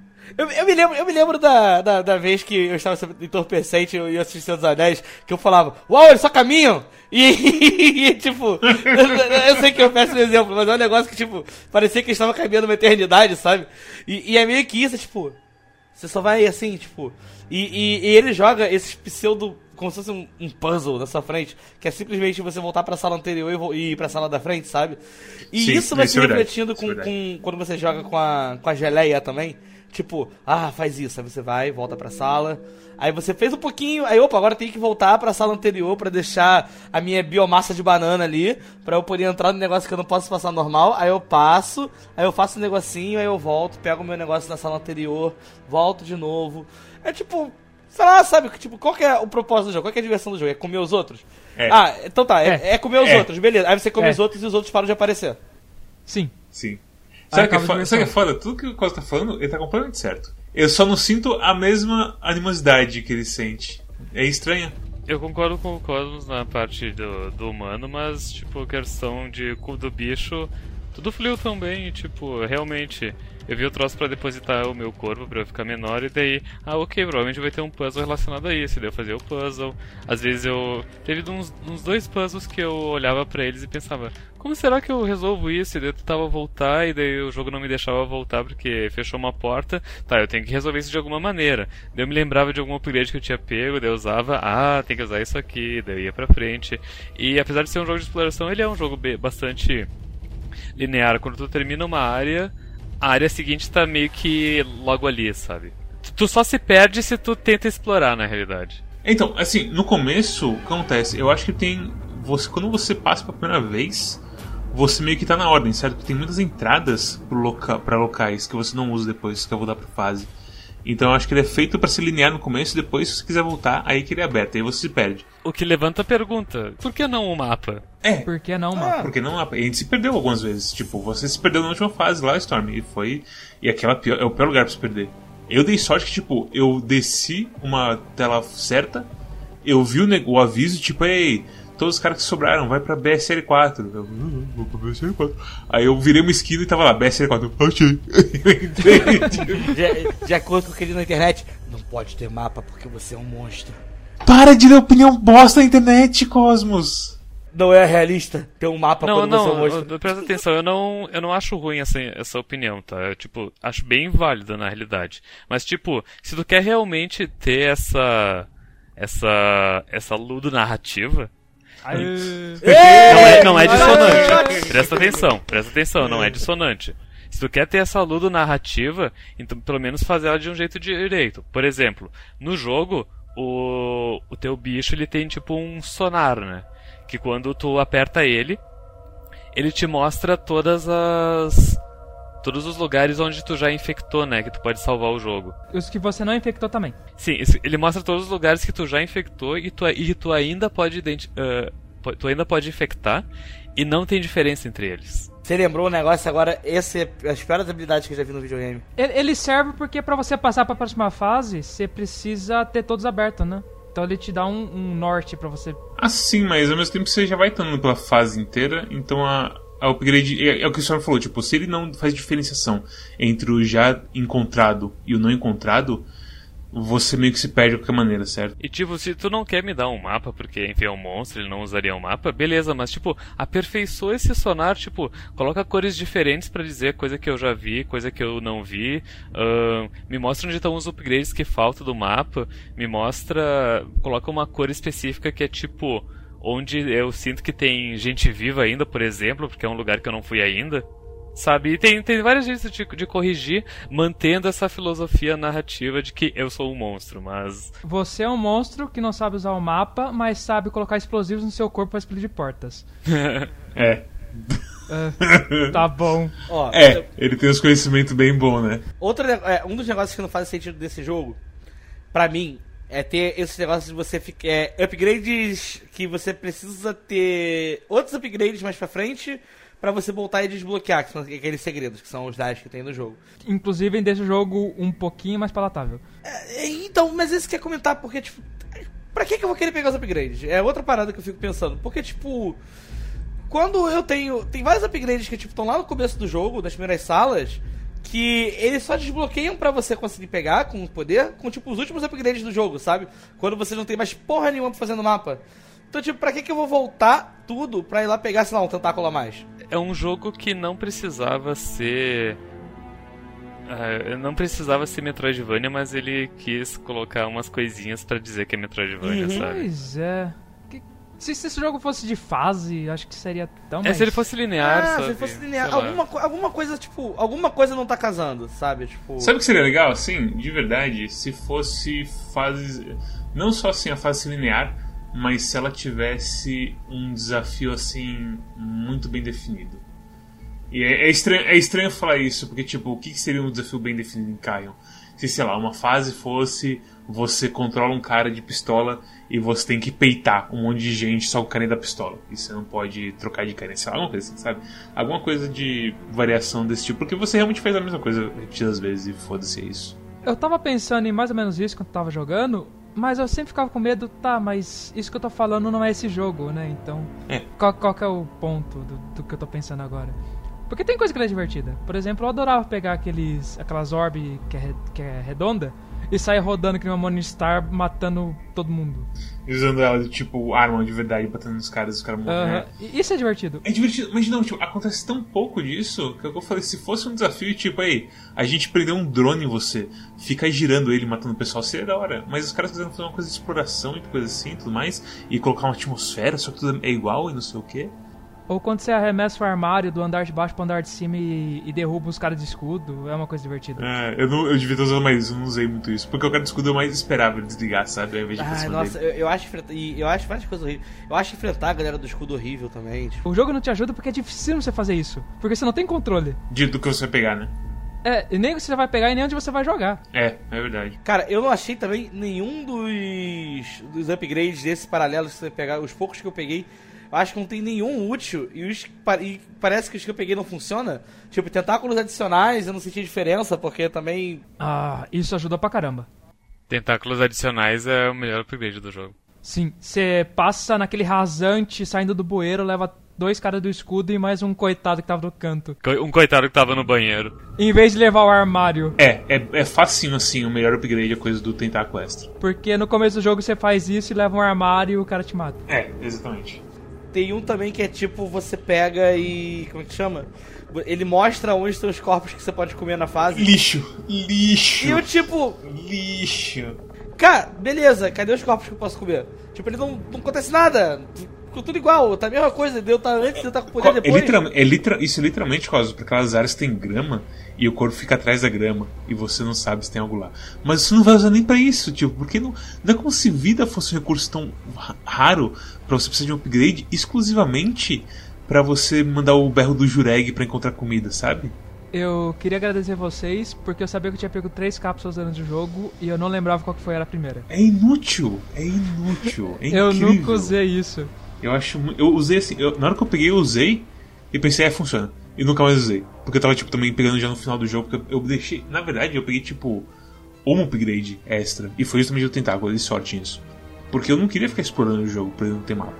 eu me lembro da vez que eu estava entorpecente e eu assisti Senhor dos Anéis, que eu falava, uau, eles só caminham, e tipo, eu sei que eu peço um exemplo, mas é um negócio que, tipo, parecia que eles estavam caminhando uma eternidade, sabe, e é meio que isso, tipo, você só vai assim, tipo, e ele joga esses pseudo... Como se fosse um puzzle na sua frente, que é simplesmente você voltar pra sala anterior e ir pra sala da frente, sabe? E sim, isso vai se refletindo quando você joga com a geleia também. Tipo, faz isso. Aí você vai, volta pra sala. Aí você fez um pouquinho, aí agora tem que voltar pra sala anterior pra deixar a minha biomassa de banana ali, pra eu poder entrar no negócio que eu não posso passar normal. Aí eu passo, aí eu faço um negocinho, aí eu volto, pego o meu negócio na sala anterior, volto de novo. É tipo, sei lá, sabe? Tipo, qual que é o propósito do jogo? Qual que é a diversão do jogo? É comer os outros? Então tá, é comer os outros, beleza. Aí você come os outros e os outros param de aparecer. Sim. Sabe o que é foda? Tudo que o Costa tá falando, ele tá completamente certo. Eu só não sinto a mesma animosidade que ele sente. É estranho. Eu concordo com o Cosmos na parte do humano, mas, tipo, a questão do bicho, tudo fluiu tão bem, tipo, realmente... Eu vi o troço pra depositar o meu corpo pra eu ficar menor e daí... ok, provavelmente vai ter um puzzle relacionado a isso. E daí eu fazia o puzzle. Às vezes teve uns 2 puzzles que eu olhava pra eles e pensava... Como será que eu resolvo isso? E daí eu tentava voltar e daí o jogo não me deixava voltar porque fechou uma porta. Tá, eu tenho que resolver isso de alguma maneira. Daí eu me lembrava de algum upgrade que eu tinha pego, daí eu usava... tem que usar isso aqui, daí eu ia pra frente. E apesar de ser um jogo de exploração, ele é um jogo bastante linear. Quando tu termina uma área... A área seguinte tá meio que logo ali, sabe? Tu só se perde se tu tenta explorar, na realidade. Então, assim, no começo, o que acontece? Eu acho que quando você passa pela primeira vez, você meio que tá na ordem, certo? Porque tem muitas entradas pra locais que você não usa depois, que eu vou dar pra fase. Então eu acho que ele é feito pra ser linear no começo e depois, se você quiser voltar, aí que ele é aberto, aí você se perde. O que levanta a pergunta, por que não o mapa? Por que não o mapa? Porque não o mapa. E a gente se perdeu algumas vezes. Tipo, você se perdeu na última fase lá, Storm. E aquela é o pior lugar pra se perder. Eu dei sorte que, tipo, eu desci uma tela certa, eu vi o aviso, tipo, ei, todos os caras que sobraram, vai pra BSL4. Eu vou pra BSL4. Aí eu virei uma esquina e tava lá, BSL4. Achei. De acordo com o que ele na internet, não pode ter mapa porque você é um monstro. Para de dar opinião bosta na internet, Cosmos! Não é realista ter um mapa quando você é um monstro. Presta atenção, eu não acho ruim essa opinião, tá? Eu, tipo, acho bem válida na realidade. Mas, tipo, se tu quer realmente ter essa ludonarrativa... Não é dissonante. Presta atenção, não é dissonante. Se tu quer ter essa ludonarrativa, então pelo menos fazer ela de um jeito direito. Por exemplo, no jogo, o teu bicho ele tem tipo um sonar, né? Que quando tu aperta ele te mostra todos os lugares onde tu já infectou, né? Que tu pode salvar o jogo. Os que você não infectou também. Sim, ele mostra todos os lugares que tu já infectou e tu ainda pode infectar e não tem diferença entre eles. Você lembrou um negócio agora, essa é as piores habilidades que eu já vi no videogame. Ele serve porque pra você passar pra próxima fase, você precisa ter todos abertos, né? Então ele te dá um norte pra você. Sim, mas ao mesmo tempo você já vai estando pela fase inteira, então a upgrade... É o que o senhor falou, tipo, se ele não faz diferenciação entre o já encontrado e o não encontrado, você meio que se perde de qualquer maneira, certo? E tipo, se tu não quer me dar um mapa, porque enfim é um monstro, ele não usaria um mapa, beleza, mas tipo, aperfeiçoa esse sonar, tipo, coloca cores diferentes pra dizer coisa que eu já vi, coisa que eu não vi, me mostra onde estão os upgrades que faltam do mapa, coloca uma cor específica que é tipo, onde eu sinto que tem gente viva ainda, por exemplo, porque é um lugar que eu não fui ainda. Sabe, e tem várias jeitos de corrigir, mantendo essa filosofia narrativa de que eu sou um monstro, mas... Você é um monstro que não sabe usar o mapa, mas sabe colocar explosivos no seu corpo pra explodir portas. Tá bom. Ele tem uns conhecimentos bem bons, né? Um dos negócios que não faz sentido desse jogo, pra mim, é ter esses negócios de você ficar... upgrades que você precisa ter outros upgrades mais pra frente... pra você voltar e desbloquear, que são aqueles segredos, que são os dados que tem no jogo. Inclusive, deixa o jogo um pouquinho mais palatável. Então, mas esse quer comentar, porque, tipo... Pra que eu vou querer pegar os upgrades? É outra parada que eu fico pensando. Porque, tipo... Quando eu tenho... Tem vários upgrades que, tipo, estão lá no começo do jogo, nas primeiras salas... Que eles só desbloqueiam pra você conseguir pegar com o poder... Com, tipo, os últimos upgrades do jogo, sabe? Quando você não tem mais porra nenhuma pra fazer no mapa... Então, tipo, pra que eu vou voltar tudo pra ir lá pegar, sei lá, um tentáculo a mais? É um jogo que não precisava ser... não precisava ser Metroidvania, mas ele quis colocar umas coisinhas pra dizer que é Metroidvania, sabe? Pois é. Se esse jogo fosse de fase, acho que seria tão mais... Se ele fosse linear, sabe? Se ele fosse linear. Alguma coisa, tipo... Alguma coisa não tá casando, sabe? Tipo... Sabe o que seria legal, assim, de verdade? Se fosse fases... Não só assim a fase linear, mas se ela tivesse um desafio, assim, muito bem definido. E é estranho falar isso, porque, tipo, o que seria um desafio bem definido em Carrion? Se, sei lá, uma fase fosse... Você controla um cara de pistola e você tem que peitar um monte de gente só com o carinha da pistola. E você não pode trocar de carinha, sei lá, alguma coisa assim, sabe? Alguma coisa de variação desse tipo. Porque você realmente faz a mesma coisa repetidas vezes e foda-se, é isso. Eu tava pensando em mais ou menos isso quando eu tava jogando, mas eu sempre ficava com medo, mas isso que eu tô falando não é esse jogo, né? Então, qual que é o ponto do que eu tô pensando agora? Porque tem coisa que é divertida. Por exemplo, eu adorava pegar aquelas orb que é redonda e sair rodando que nem uma Morningstar matando todo mundo. E usando ela de tipo arma de verdade, batendo nos caras e os caras morrem. Isso é divertido. É divertido, mas não, tipo, acontece tão pouco disso que eu falei, se fosse um desafio, tipo, aí, a gente prendeu um drone em você, fica girando ele, matando o pessoal, seria da hora. Mas os caras quiseram fazer uma coisa de exploração e coisa assim, tudo mais, e colocar uma atmosfera, só que tudo é igual e não sei o quê. Ou quando você arremessa o armário do andar de baixo pro andar de cima e derruba os caras de escudo, é uma coisa divertida. Eu devia estar usando mais isso, eu não usei muito isso. Porque o cara de escudo eu mais esperava ele desligar, sabe? Ao invés de nossa, eu acho várias coisas horríveis. Eu acho enfrentar a galera do escudo horrível também. Tipo. O jogo não te ajuda porque é difícil você fazer isso. Porque você não tem controle. Do que você vai pegar, né? E nem você vai pegar e nem onde você vai jogar. É verdade. Cara, eu não achei também nenhum dos upgrades desses paralelos que você pegar, os poucos que eu peguei. Eu acho que não tem nenhum útil e parece que os que eu peguei não funcionam. Tipo, tentáculos adicionais, eu não senti diferença, porque também... isso ajuda pra caramba. Tentáculos adicionais é o melhor upgrade do jogo. Sim, você passa naquele rasante, saindo do bueiro, leva 2 caras do escudo e mais um coitado que tava no canto. Um coitado que tava no banheiro. Em vez de levar o armário. É facinho assim, o melhor upgrade é a coisa do tentáculo extra. Porque no começo do jogo você faz isso e leva um armário e o cara te mata. Exatamente. Tem um também que é tipo, você pega e... Como é que chama? Ele mostra onde estão os corpos que você pode comer na fase. Lixo. E eu tipo... Lixo. Cara, beleza, cadê os corpos que eu posso comer? Tipo, ele não acontece nada. Ficou tudo igual, tá a mesma coisa. Deu tá antes, deu tá com poder depois. Isso é literalmente causa, porque aquelas áreas tem grama e o corpo fica atrás da grama e você não sabe se tem algo lá. Mas você não vai usar nem pra isso, tipo, porque não é como se vida fosse um recurso tão raro pra você precisar de um upgrade exclusivamente pra você mandar o berro do Jureg pra encontrar comida, sabe? Eu queria agradecer vocês, porque eu sabia que eu tinha pego 3 cápsulas durante o jogo e eu não lembrava qual que era a primeira. É inútil. É eu nunca usei isso. Eu usei assim, na hora que eu peguei eu usei e pensei, funciona. E nunca mais usei. Porque eu tava tipo também pegando já no final do jogo, porque eu deixei, na verdade eu peguei tipo um upgrade extra. E foi justamente o tentáculo, de sorte nisso. Porque eu não queria ficar explorando o jogo pra ele não ter mapa.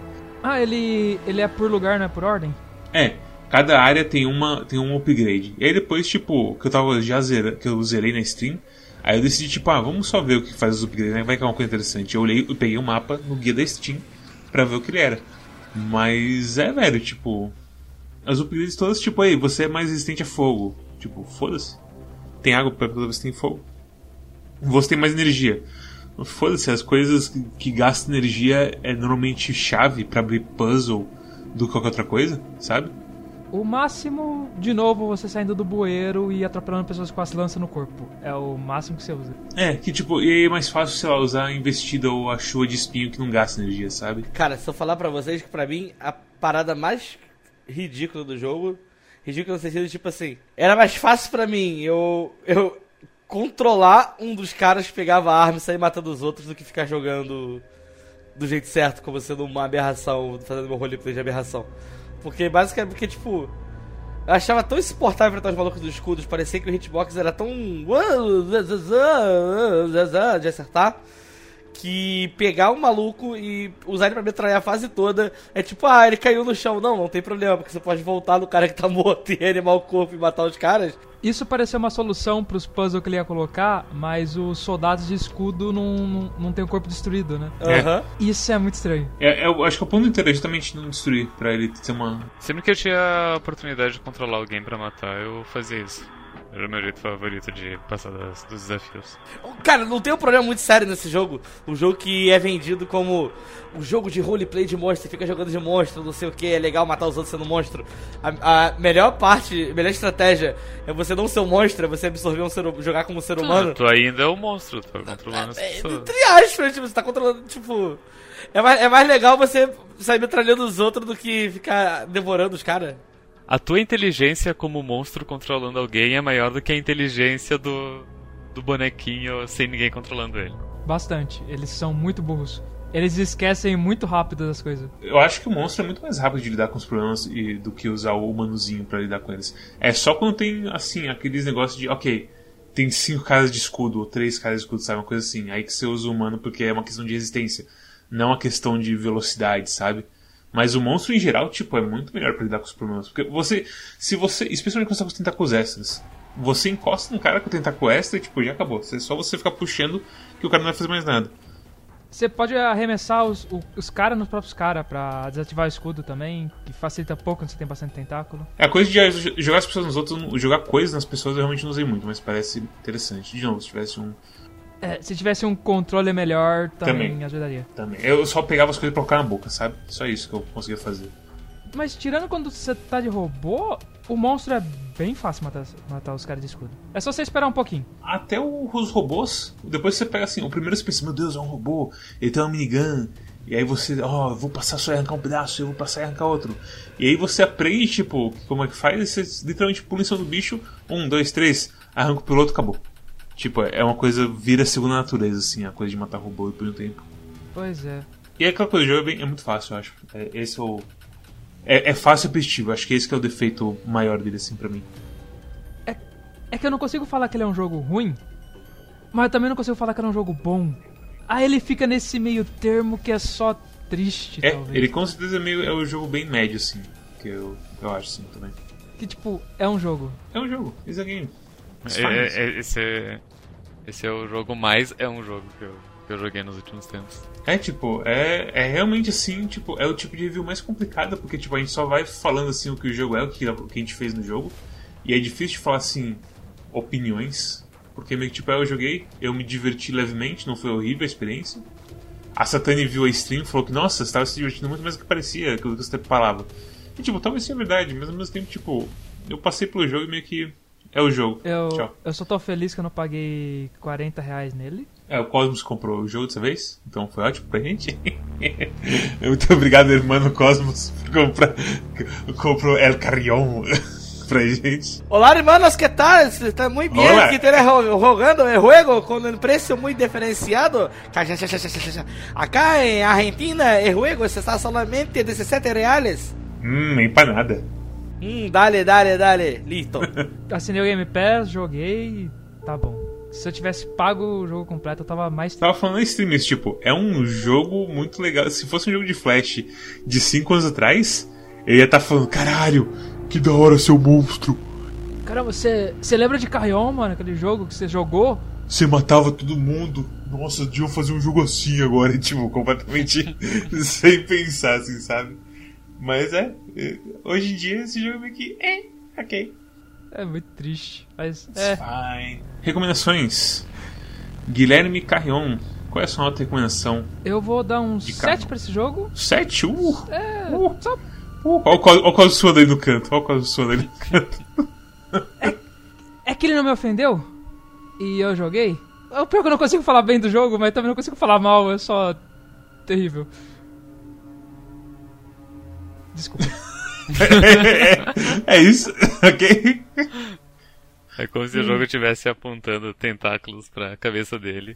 Ele é por lugar, não é por ordem? Cada área tem um upgrade. E aí depois, tipo, que eu tava que eu zerei na stream, aí eu decidi, tipo, vamos só ver o que faz os upgrades, né? Vai que é uma coisa interessante. Eu peguei um mapa no guia da Steam pra ver o que ele era. Mas velho, tipo, as upgrades todas, tipo, aí, você é mais resistente a fogo. Tipo, foda-se. Tem água pra toda vez que tem fogo. Você tem mais energia. Foda-se, as coisas que gastam energia é normalmente chave pra abrir puzzle do que qualquer outra coisa, sabe? O máximo, de novo, você saindo do bueiro e atropelando pessoas com as lanças no corpo. É o máximo que você usa. Que tipo, e aí é mais fácil, sei lá, usar a investida ou a chuva de espinho que não gasta energia, sabe? Cara, se eu falar pra vocês que pra mim a parada mais ridícula do jogo, ridícula no sentido de tipo assim, era mais fácil pra mim eu controlar um dos caras que pegava a arma e sair matando os outros do que ficar jogando do jeito certo, como sendo uma aberração, fazendo meu roleplay de aberração. Porque basicamente, tipo, eu achava tão insuportável enfrentar os malucos dos escudos, parecia que o hitbox era tão de acertar, que pegar um maluco e usar ele pra metralhar a fase toda é tipo, ele caiu no chão. Não tem problema, porque você pode voltar no cara que tá morto e animar o corpo e matar os caras. Isso pareceu uma solução pros puzzles que ele ia colocar, mas os soldados de escudo não tem o corpo destruído, né? Isso é muito estranho. Eu acho que o ponto inteiro é justamente não destruir, pra ele ter uma... Sempre que eu tinha a oportunidade de controlar alguém pra matar, eu fazia isso. Era o meu jeito favorito de passar dos desafios. Cara, não tem um problema muito sério nesse jogo. O jogo que é vendido como o jogo de roleplay de monstro. Você fica jogando de monstro, não sei o que. É legal matar os outros sendo monstro. A melhor parte, a melhor estratégia é você não ser um monstro, é você absorver jogar como um ser humano. Tu ainda é um monstro, tu tá controlando as pessoas. Entre aspas, tipo, você tá controlando, tipo... É mais legal você sair metralhando os outros do que ficar devorando os caras. A tua inteligência como monstro controlando alguém é maior do que a inteligência do bonequinho sem ninguém controlando ele. Bastante. Eles são muito burros. Eles esquecem muito rápido das coisas. Eu acho que o monstro é muito mais rápido de lidar com os problemas do que usar o humanozinho pra lidar com eles. É só quando tem, assim, aqueles negócios de, ok, tem 5 caras de escudo ou 3 caras de escudo, sabe? Uma coisa assim. Aí que você usa o humano porque é uma questão de resistência, não uma questão de velocidade, sabe? Mas o monstro em geral, tipo, é muito melhor pra lidar com os problemas. Porque especialmente quando você tá com os tentáculos extras, você encosta no cara com o tentáculo extra e, tipo, já acabou. É só você ficar puxando que o cara não vai fazer mais nada. Você pode arremessar os caras nos próprios caras pra desativar o escudo também, que facilita pouco quando você tem bastante tentáculo. A coisa de jogar as pessoas nos outros, jogar coisas nas pessoas eu realmente não usei muito, mas parece interessante. De novo, se tivesse se tivesse um controle melhor, também ajudaria. Também. Eu só pegava as coisas e colocar na boca, sabe? Só isso que eu conseguia fazer. Mas tirando quando você tá de robô, o monstro é bem fácil matar os caras de escudo. É só você esperar um pouquinho. Até os robôs, depois você pega assim, o primeiro você pensa, meu Deus, é um robô, ele tem uma minigun. E aí você, eu vou passar só e arrancar um pedaço, eu vou passar e arrancar outro. E aí você aprende, tipo, como é que faz, e você literalmente pula em cima do bicho, 1, 2, 3, arranca o piloto, acabou. Tipo, é uma coisa, vira segunda natureza, assim, a coisa de matar robô por um tempo. Pois é. E aquela coisa do jogo é muito fácil, eu acho. Esse é o... É fácil e repetitivo, acho que esse que é o defeito maior dele, assim, pra mim. É que eu não consigo falar que ele é um jogo ruim, mas eu também não consigo falar que ele é um jogo bom. Aí ele fica nesse meio termo que é só triste, talvez. Ele com certeza é um jogo bem médio, assim, que eu acho, assim, também. Que, tipo, é um jogo. É um jogo, it's a game. Esse é o jogo mais... É um jogo que eu joguei nos últimos tempos. É realmente assim, tipo, é o tipo de review mais complicado, porque tipo, a gente só vai falando assim o que o jogo é, o que a gente fez no jogo, e é difícil de falar assim, opiniões, porque meio que tipo, eu joguei, eu me diverti levemente, não foi horrível a experiência. A Satani viu a stream e falou que, nossa, você estava se divertindo muito mais do que parecia, aquilo que você falava. E tipo, talvez seja verdade, mas ao mesmo tempo, tipo, eu passei pelo jogo e meio que é o jogo. Tchau. Eu só tô feliz que eu não paguei R$40 nele. O Cosmos comprou o jogo dessa vez, então foi ótimo pra gente. Muito obrigado, irmão Cosmos, por comprou El Carrion pra gente. Olá, hermanos, ¿qué tal? Está muy bien. Hola. Aquí tenés jugando el juego con un precio muy diferenciado. Acá en Argentina el juego está solamente R$17. Empanada. Dale, listo. Assinei o Game Pass, joguei e tá bom. Se eu tivesse pago o jogo completo, eu tava mais... Tava falando na stream isso, tipo, é um jogo muito legal. Se fosse um jogo de Flash de 5 anos atrás, eu ia estar falando, caralho, que da hora seu monstro. Caramba, você lembra de Carrion, mano, aquele jogo que você jogou? Você matava todo mundo. Nossa, deviam fazer um jogo assim agora, tipo, completamente sem pensar, assim, sabe? Mas hoje em dia esse jogo é meio que, ok. É muito triste, mas Fine. Recomendações. Guilherme Carrion, qual é a sua nota de recomendação? Eu vou dar um 7 pra esse jogo. 7? Só... Olha o quase suando aí no canto. É que ele não me ofendeu e eu joguei. O pior é que eu não consigo falar bem do jogo, mas também não consigo falar mal, é só terrível. Desculpa. É isso, ok? É como se o jogo estivesse apontando tentáculos pra cabeça dele.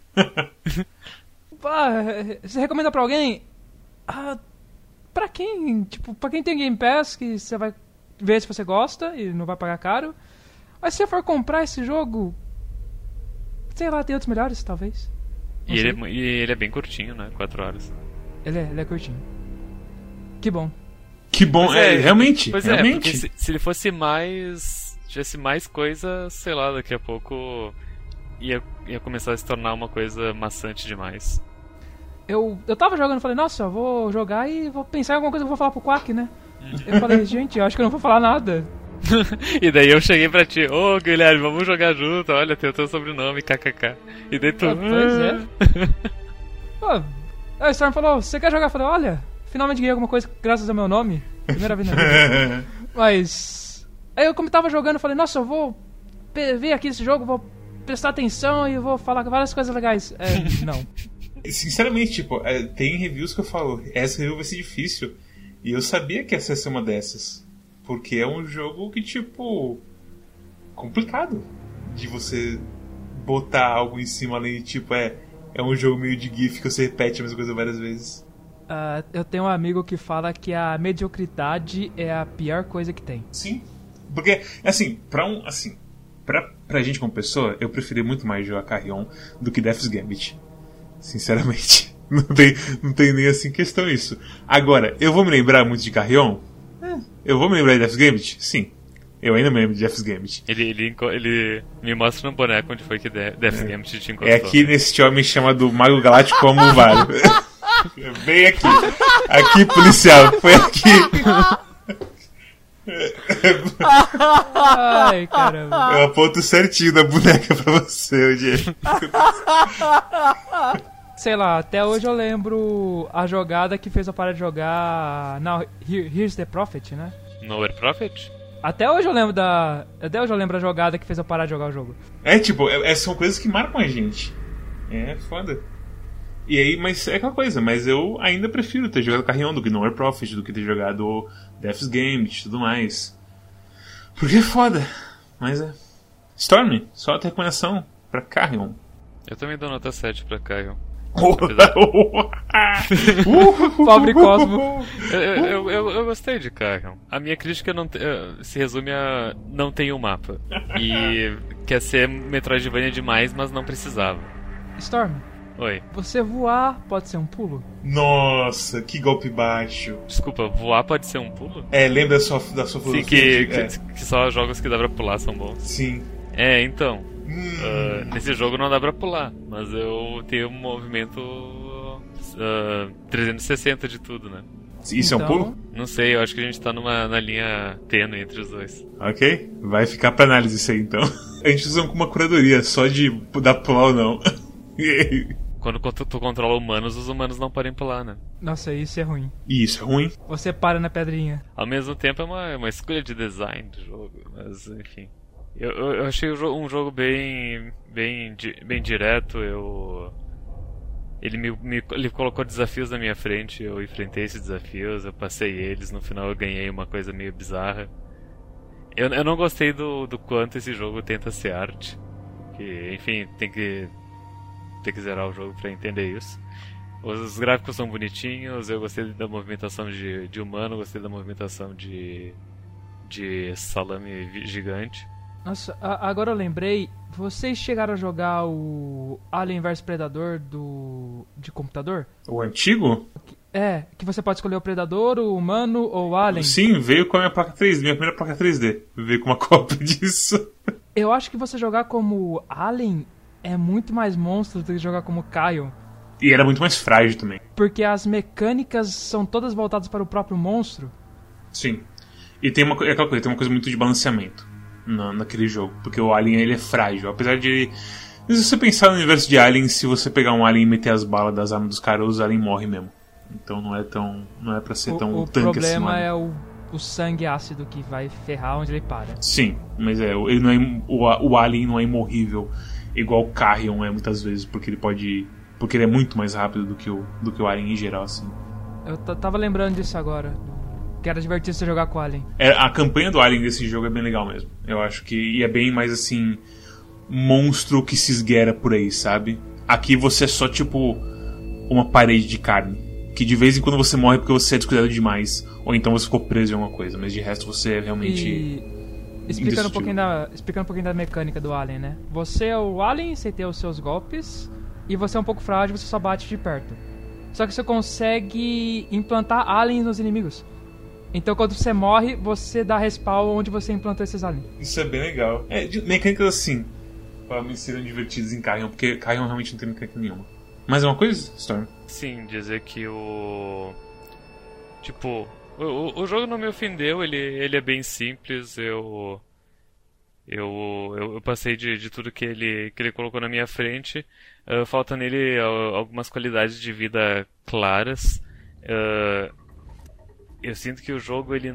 Você recomenda pra alguém? Pra quem? Tipo, pra quem tem Game Pass, que você vai ver se você gosta e não vai pagar caro. Mas se você for comprar esse jogo, sei lá, tem outros melhores, talvez. E ele é bem curtinho, né? 4 horas. Ele é curtinho. Que bom. Que bom, realmente. Pois realmente. Porque se ele fosse mais... tivesse mais coisa, sei lá, daqui a pouco ia começar a se tornar uma coisa maçante demais. Eu tava jogando e falei, nossa, eu vou jogar e vou pensar em alguma coisa que eu vou falar pro Quack, né? Eu falei, gente, eu acho que eu não vou falar nada. E daí eu cheguei pra ti, ô Guilherme, vamos jogar junto, olha, tem o teu sobrenome, kkk. E daí tu... Pois é. Pô, a Storm falou, você quer jogar? Eu falei, olha, finalmente ganhei alguma coisa graças ao meu nome. Primeira vez na vida. Mas... Aí eu como tava jogando, eu falei, nossa, eu vou ver aqui esse jogo, vou prestar atenção e vou falar várias coisas legais. Não. Sinceramente, tipo, tem reviews que eu falo, essa review vai ser difícil. E eu sabia que essa ia ser uma dessas. Porque é um jogo que, tipo... complicado de você botar algo em cima além de, tipo, é um jogo meio de GIF que você repete a mesma coisa várias vezes. Eu tenho um amigo que fala que a mediocridade é a pior coisa que tem. Sim. Porque, assim, pra gente como pessoa, eu preferi muito mais jogar Carrion do que Death's Gambit. Sinceramente. Não tem nem assim questão isso. Agora, eu vou me lembrar muito de Carrion? Eu vou me lembrar de Death's Gambit? Sim. Eu ainda me lembro de Death's Gambit. Ele me mostra no boneco onde foi que Death's Gambit te encostou. É aqui nesse homem chamado Mago Galáctico como um Vário. Bem aqui. Aqui, policial. Foi aqui. Ai, caramba. Eu aponto certinho da boneca pra você, Diego. Sei lá, até hoje eu lembro a jogada que fez eu parar de jogar. Não, Here's the Prophet, né? Nowhere Prophet? Até hoje eu lembro a jogada que fez eu parar de jogar o jogo. Tipo, são coisas que marcam a gente. É foda. E aí, mas é aquela coisa, mas eu ainda prefiro ter jogado Carrion do que Nowhere Prophet, do que ter jogado Death's Gambit e tudo mais. Porque é foda. Mas é. Storm, só a recomendação pra Carrion. Eu também dou nota 7 pra Carrion. Pobre Cosmo. Eu gostei de Carrion. A minha crítica se resume a não tem um mapa. E quer ser Metroidvania demais, mas não precisava. Storm, oi. você voar pode ser um pulo? Nossa, que golpe baixo. Desculpa, voar pode ser um pulo? Lembra da sua Sim, que só jogos que dá pra pular são bons. Sim. Então. Nesse jogo não dá pra pular, mas eu tenho um movimento 360 de tudo, né? Isso então... é um pulo? Não sei, eu acho que a gente tá na linha tênue entre os dois. Ok, vai ficar pra análise isso aí então. A gente usa uma curadoria só de dar pular ou não. Quando tu controla humanos, os humanos não podem pular, né? Nossa, isso é ruim. Isso é ruim. Você para na pedrinha. Ao mesmo tempo é uma escolha de design do jogo, mas enfim. Eu achei um jogo bem direto. Ele colocou desafios na minha frente. Eu enfrentei esses desafios, eu passei eles. No final eu ganhei uma coisa meio bizarra. Eu não gostei do quanto esse jogo tenta ser arte. Que, enfim, tem que zerar o jogo pra entender isso. Os gráficos são bonitinhos. Eu gostei da movimentação de humano. Gostei da movimentação de salame gigante. Nossa, agora eu lembrei, vocês chegaram a jogar o Alien vs Predador de computador? O antigo? Que você pode escolher o Predador, o Humano ou o Alien. Sim, veio com a minha placa 3D, minha primeira placa 3D. Veio com uma cópia disso. Eu acho que você jogar como Alien é muito mais monstro do que jogar como Carrion. E era muito mais frágil também. Porque as mecânicas são todas voltadas para o próprio monstro. Sim. E tem uma coisa muito de balanceamento naquele jogo, porque o Alien ele é frágil, apesar de se você pensar no universo de Alien, se você pegar um Alien e meter as balas das armas dos caras, o Alien morre mesmo, então não é pra ser tão tanque assim. O problema é o sangue ácido que vai ferrar onde ele para. Sim, mas ele não é, o Alien não é imorrível igual o Carrion é muitas vezes, porque ele é muito mais rápido do que o Alien em geral, assim. Eu tava lembrando disso agora. Que era divertido você jogar com o Alien. A campanha do Alien desse jogo é bem legal mesmo. Eu acho que... E é bem mais assim... monstro que se esgueira por aí, sabe? Aqui você é só tipo... uma parede de carne. Que de vez em quando você morre porque você é descuidado demais. Ou então você ficou preso em alguma coisa. Mas de resto você é realmente... Explicando um pouquinho da mecânica do Alien, né? Você é o Alien, você tem os seus golpes. E você é um pouco frágil, você só bate de perto. Só que você consegue implantar aliens nos inimigos. Então quando você morre, você dá respawn onde você implantou esses aliens. Isso é bem legal. Mecânicas assim, para mim seriam divertidas em Carrion, porque Carrion realmente não tem mecânica nenhuma. Mais uma coisa, Storm? Sim, dizer que tipo, O jogo não me ofendeu, ele é bem simples, eu passei de tudo que ele colocou na minha frente. Falta nele algumas qualidades de vida claras. Eu sinto que o jogo ele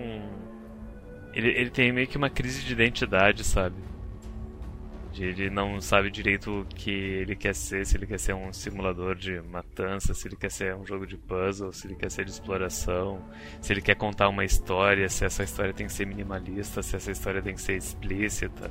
tem meio que uma crise de identidade, sabe? Ele não sabe direito o que ele quer ser, se ele quer ser um simulador de matança, se ele quer ser um jogo de puzzle, se ele quer ser de exploração, se ele quer contar uma história, se essa história tem que ser minimalista, se essa história tem que ser explícita.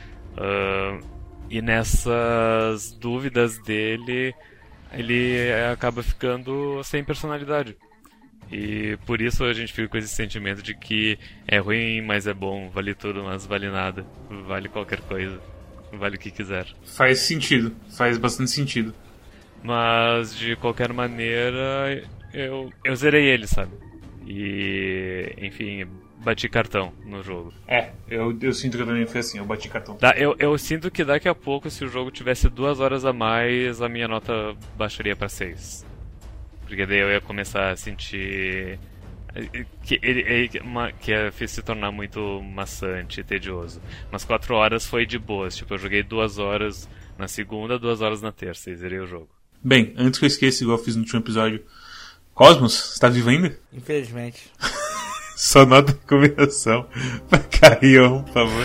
E nessas dúvidas dele, ele acaba ficando sem personalidade. E por isso a gente fica com esse sentimento de que é ruim, mas é bom, vale tudo, mas vale nada, vale qualquer coisa. Vale o que quiser. Faz sentido, faz bastante sentido. Mas de qualquer maneira, eu zerei ele, sabe? E, enfim, bati cartão no jogo. Eu sinto que eu também fui assim, eu bati cartão. Eu sinto que daqui a pouco, se o jogo tivesse 2 horas a mais, a minha nota baixaria pra 6. Porque daí eu ia começar a sentir que ia se tornar muito maçante e tedioso. Mas 4 horas foi de boas. Tipo, eu joguei 2 horas na segunda, 2 horas na terça e zerei o jogo. Bem, antes que eu esqueça, igual eu fiz no último episódio, Cosmos, você tá vivo ainda? Infelizmente. Só nota de recomendação pra Carrion, por favor.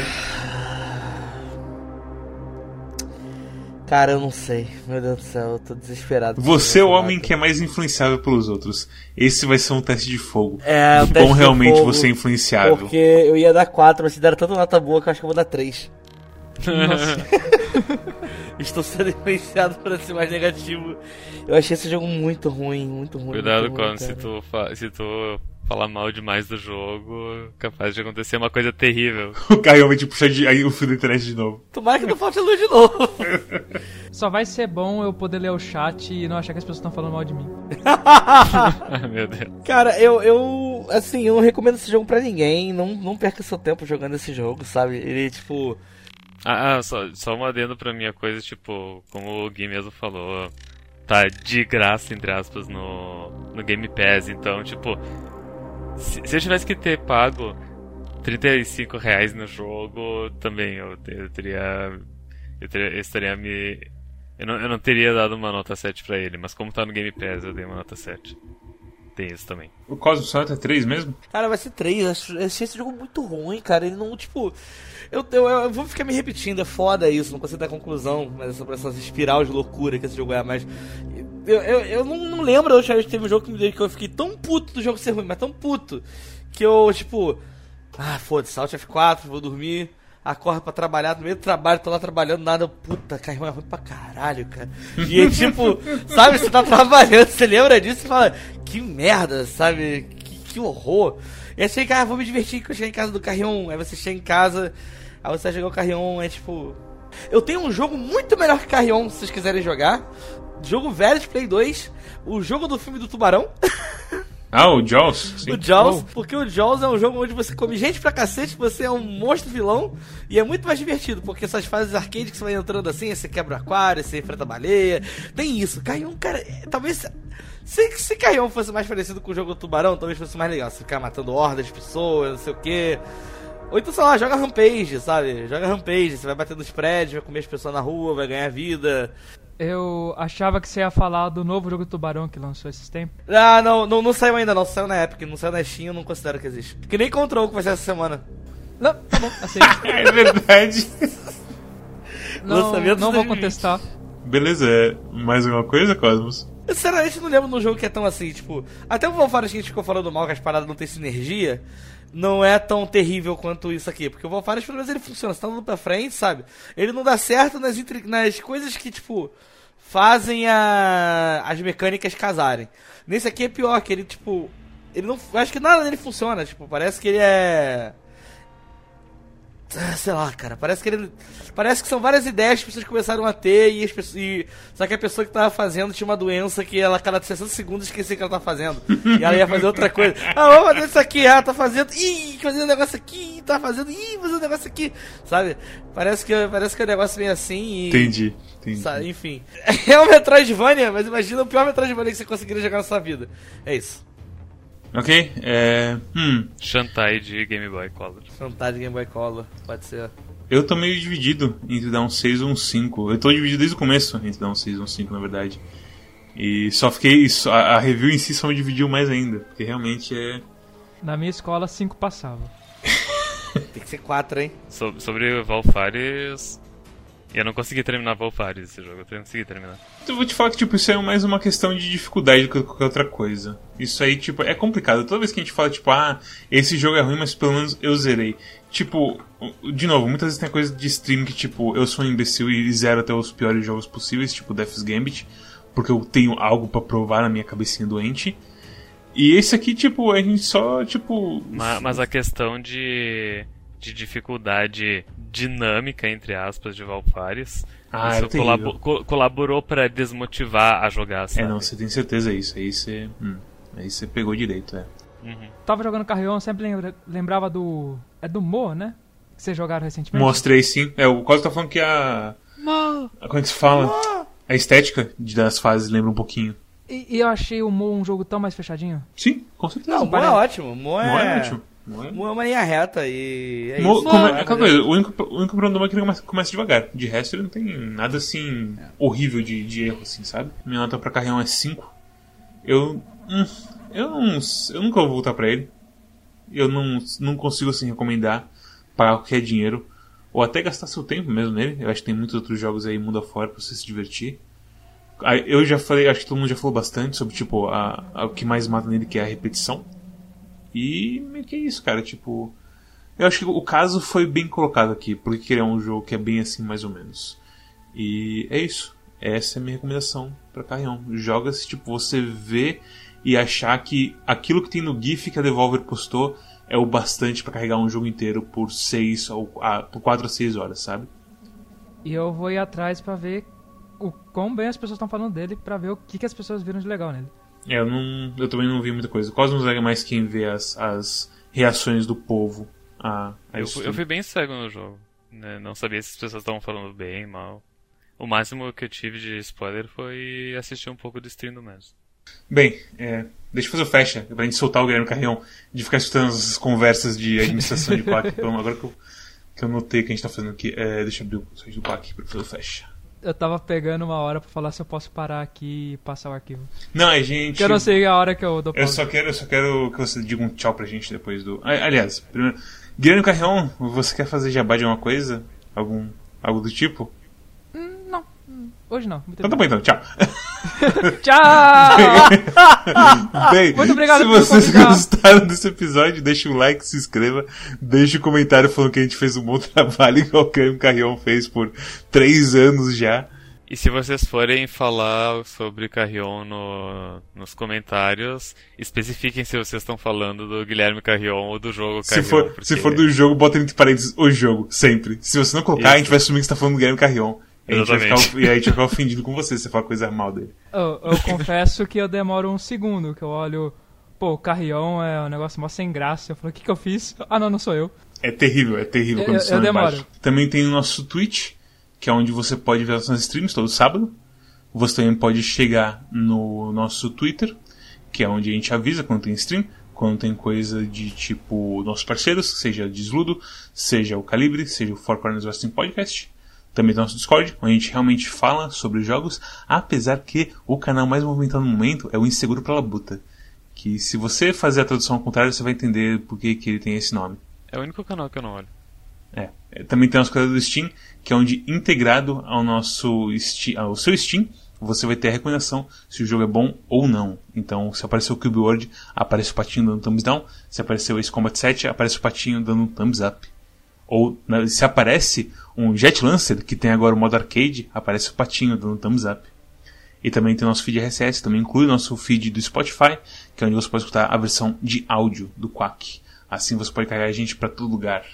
Cara, eu não sei. Meu Deus do céu, eu tô desesperado. Você é o homem que é mais influenciável pelos outros. Esse vai ser um teste de fogo. É, o teste Bom, realmente fogo, você é influenciável. Porque eu ia dar 4, mas se deram tanta nota boa que eu acho que eu vou dar 3. Nossa. Estou sendo influenciado para ser mais negativo. Eu achei esse jogo muito ruim, muito ruim. Cuidado muito quando ruim, se tu falar mal demais do jogo, capaz de acontecer uma coisa terrível. O Carrion vai te puxar aí o fio da internet de novo. Tomara que não falte luz de novo. Só vai ser bom eu poder ler o chat e não achar que as pessoas estão falando mal de mim. Ai, meu Deus. Cara, eu não recomendo esse jogo pra ninguém. Não perca seu tempo jogando esse jogo, sabe? Ele, tipo... Só um adendo pra minha coisa, tipo, como o Gui mesmo falou, tá de graça, entre aspas, no Game Pass, então, tipo, se eu tivesse que ter pago R$35 no jogo, também eu não teria dado uma nota 7 pra ele, mas como tá no Game Pass, eu dei uma nota 7. Tem isso também. O Cosmos só é 3 mesmo? Cara, vai ser 3. Eu achei esse jogo muito ruim, cara. Ele não, tipo... Eu vou ficar me repetindo, é foda isso, não consigo dar conclusão, mas sobre essa espiral de loucura que esse jogo é, mas... Eu não lembro a última vez que teve um jogo que eu fiquei tão puto do jogo ser ruim, mas tão puto, que eu, tipo... foda-se, Alt F4, vou dormir, acordo pra trabalhar, no meio do trabalho, tô lá trabalhando, nada, puta, Carrion é ruim pra caralho, cara. E aí, tipo, sabe, você tá trabalhando, você lembra disso e fala, que merda, sabe, que horror. E aí você fica, vou me divertir que eu cheguei em casa do Carrion, aí você chega em casa... Aí você vai jogar o Carrion, é tipo... Eu tenho um jogo muito melhor que Carrion, se vocês quiserem jogar. Jogo velho de Play 2. O jogo do filme do Tubarão. O Jaws? Sim. O Jaws, porque o Jaws é um jogo onde você come gente pra cacete, você é um monstro vilão. E é muito mais divertido, porque essas fases arcade que você vai entrando assim, você quebra o aquário, você enfrenta a baleia. Tem isso. Carrion, cara, talvez... Se Carrion fosse mais parecido com o jogo do Tubarão, talvez fosse mais legal. Você ficar matando hordas de pessoas, não sei o quê... Ou então, sei lá, joga Rampage, sabe? Joga Rampage, você vai bater nos prédios, vai comer as pessoas na rua, vai ganhar vida. Eu achava que você ia falar do novo jogo do Tubarão que lançou esses tempos. Não saiu ainda não, saiu na Epic, não saiu na Steam, eu não considero que existe. Que nem Control que vai ser essa semana. Não, tá bom, assim. É verdade. Não vou contestar. Beleza, mais alguma coisa, Cosmos? Eu sinceramente não lembro de um jogo que é tão assim, tipo... Até o Valfara, a gente ficou falando mal que as paradas não tem sinergia... Não é tão terrível quanto isso aqui. Porque o Valfares, pelo menos, ele funciona. Você tá andando pra frente, sabe? Ele não dá certo nas coisas que, tipo... Fazem as mecânicas casarem. Nesse aqui é pior, que ele, tipo... Ele não... Eu acho que nada dele funciona. Tipo, parece que ele é... Sei lá, cara, parece que são várias ideias que as pessoas começaram a ter só que a pessoa que tava fazendo tinha uma doença que ela, a cada 60 segundos, esquecia o que ela tava fazendo. E ela ia fazer outra coisa. Vamos fazer isso aqui, tá fazendo. Fazendo um negócio aqui, tá fazendo. Fazendo um negócio aqui. Sabe? Parece que é um negócio meio assim e... Entendi. Sabe, enfim. É um Metroidvania, mas imagina o pior Metroidvania que você conseguiria jogar na sua vida. É isso. Ok? Shantae de Game Boy Color. Shantae de Game Boy Color, pode ser. Eu tô meio dividido entre dar um 6 ou um 5. Eu tô dividido desde o começo entre dar um 6 ou um 5, na verdade. E só fiquei... A review em si só me dividiu mais ainda. Porque realmente é... Na minha escola, 5 passava. Tem que ser 4, hein? Sobre o Valfares... Eu não consegui terminar Valfares esse jogo, eu não consegui terminar. Eu vou te falar que, tipo, isso é mais uma questão de dificuldade do que qualquer outra coisa. Isso aí, tipo, é complicado. Toda vez que a gente fala, tipo, esse jogo é ruim, mas pelo menos eu zerei. Tipo, de novo, muitas vezes tem coisa de stream que, tipo, eu sou um imbecil e zero até os piores jogos possíveis, tipo Death's Gambit, porque eu tenho algo pra provar na minha cabecinha doente. E esse aqui, tipo, a gente só, tipo... Mas a questão de dificuldade dinâmica, entre aspas, de Valfares, isso colaborou pra desmotivar a jogar, sabe? Não, você tem certeza disso. Aí você pegou direito, Uhum. Tava jogando Carrion, sempre lembrava do... É do Mo, né? Que vocês jogaram recentemente. Mostrei sim. O Cosmo tá falando que Mo! Como é que se fala? Mo! A estética das fases lembra um pouquinho. E eu achei o Mo um jogo tão mais fechadinho. Sim, com certeza. Não, o Mo é ótimo. Mo é ótimo. Mo é uma linha reta e é Mo, isso. O único problema é que ele começa devagar. De resto, ele não tem nada assim horrível de erro, assim, sabe? Minha nota pra Carrion é 5. Eu nunca vou voltar pra ele. Eu não consigo assim recomendar pagar qualquer dinheiro. Ou até gastar seu tempo mesmo nele. Eu acho que tem muitos outros jogos aí mundo afora pra você se divertir. Eu já falei, acho que todo mundo já falou bastante sobre, tipo, o que mais mata nele, que é a repetição. E meio que é isso, cara, tipo... Eu acho que o caso foi bem colocado aqui, porque ele é um jogo que é bem assim, mais ou menos. E é isso. Essa é a minha recomendação pra Carrion. Joga se, tipo, você vê e achar que aquilo que tem no GIF que a Devolver postou é o bastante pra carregar um jogo inteiro por 4 a 6 horas, sabe? E eu vou ir atrás pra ver o quão bem as pessoas estão falando dele, pra ver o que as pessoas viram de legal nele. Eu também não vi muita coisa. O Cosmos é mais quem vê as reações do povo a isso. Eu fui bem cego no jogo, né? Não sabia se as pessoas estavam falando bem, mal. O máximo que eu tive de spoiler foi assistir um pouco do stream do mesmo. Bem, deixa eu fazer o fecha, pra gente soltar o Guilherme Carrion, de ficar escutando as conversas de administração de PAC. Então, agora que eu notei que a gente tá fazendo aqui, deixa eu abrir o site do PAC pra fazer o fecha. Eu tava pegando uma hora pra falar se eu posso parar aqui e passar o arquivo. Não, a gente... Eu não sei a hora que eu dou pausa. Eu só quero que você diga um tchau pra gente depois do... Aliás, primeiro... Guilherme Carrion, você quer fazer jabá de alguma coisa? Algo do tipo? Não. Hoje não. Então tá bom, então. Tchau. Tchau! Bem, muito obrigado se vocês gostaram desse episódio, deixa um like, se inscreva, deixa um comentário falando que a gente fez um bom trabalho, igual o Guilherme Carrion fez por 3 anos já. E se vocês forem falar sobre Carrion nos comentários, especifiquem se vocês estão falando do Guilherme Carrion ou do jogo Carrion. Se for do jogo, bota entre parênteses o jogo, sempre. Se você não colocar, a gente vai assumir que você tá falando do Guilherme Carrion. E a gente vai ficar ofendido com você se você falar coisa mal dele. Eu confesso que eu demoro um segundo, que eu olho... Pô, o Carrion é um negócio mó sem graça. Eu falo, o que eu fiz? Ah, não sou eu. É terrível quando você eu demoro. Também tem o nosso Twitch, que é onde você pode ver as nossas streams todo sábado. Você também pode chegar no nosso Twitter, que é onde a gente avisa quando tem stream, quando tem coisa de tipo nossos parceiros, seja Desludo, seja o Calibre, seja o Four Corners Wrestling Podcast. Também tem nosso Discord, onde a gente realmente fala sobre jogos, apesar que o canal mais movimentado no momento é o Inseguro pra Labuta. Que se você fazer a tradução ao contrário, você vai entender por que ele tem esse nome. É o único canal que eu não olho. Também tem as coisas do Steam, que é onde integrado ao seu Steam, você vai ter a recomendação se o jogo é bom ou não. Então, se apareceu o Cube World, aparece o patinho dando thumbs down. Se apareceu o Ace Combat 7, aparece o patinho dando thumbs up. Ou se aparece um Jet Lancer, que tem agora o modo arcade, aparece o patinho dando thumbs up. E também tem o nosso feed RSS, também inclui o nosso feed do Spotify, que é onde você pode escutar a versão de áudio do Quack. Assim você pode carregar a gente pra todo lugar.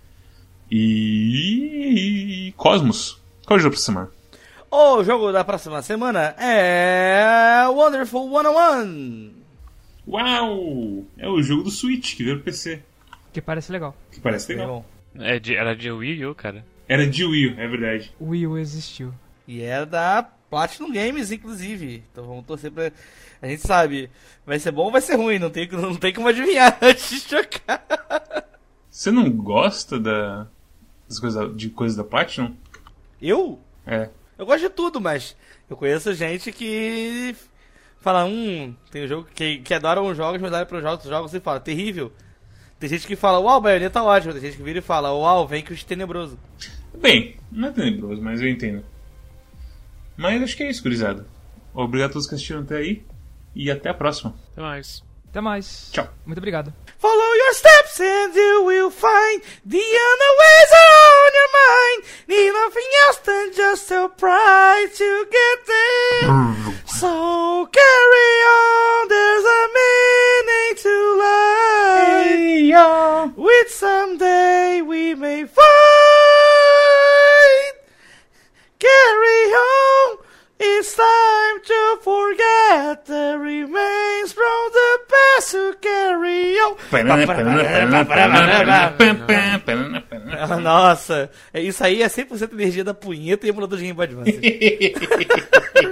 E... Cosmos, qual é o jogo pra semana? O jogo da próxima semana é Wonderful 101. Uau! É o jogo do Switch, que veio pro PC. Que parece legal. Era de Wii U, cara. Era de Wii U, é verdade. O Wii U existiu. E é da Platinum Games, inclusive. Então vamos torcer pra... A gente sabe, vai ser bom ou vai ser ruim, não tem como adivinhar antes de jogar. Você não gosta de coisas da Platinum? Eu? É. Eu gosto de tudo, mas eu conheço gente que fala, tem um jogo que adora uns jogos, mas olha para os outros jogos e fala, terrível. Tem gente que fala, uau, Bayonetta tá ótimo. Tem gente que vira e fala, uau, vem que o tenebroso. Bem, não é tenebroso, mas eu entendo. Mas acho que é isso, gurizada. Obrigado a todos que assistiram até aí. E até a próxima. Até mais. Até mais. Tchau. Muito obrigado. Follow your steps and you will find the other ways are on your mind. Need nothing else than just your pride to get there. So carry on, there's a meaning to life. Hey, yo. Which someday we may find. Carry on, it's time to forget the remains from the past to carry on. Nossa, isso aí é 100% energia da punheta e emulador de Game Boy Advance.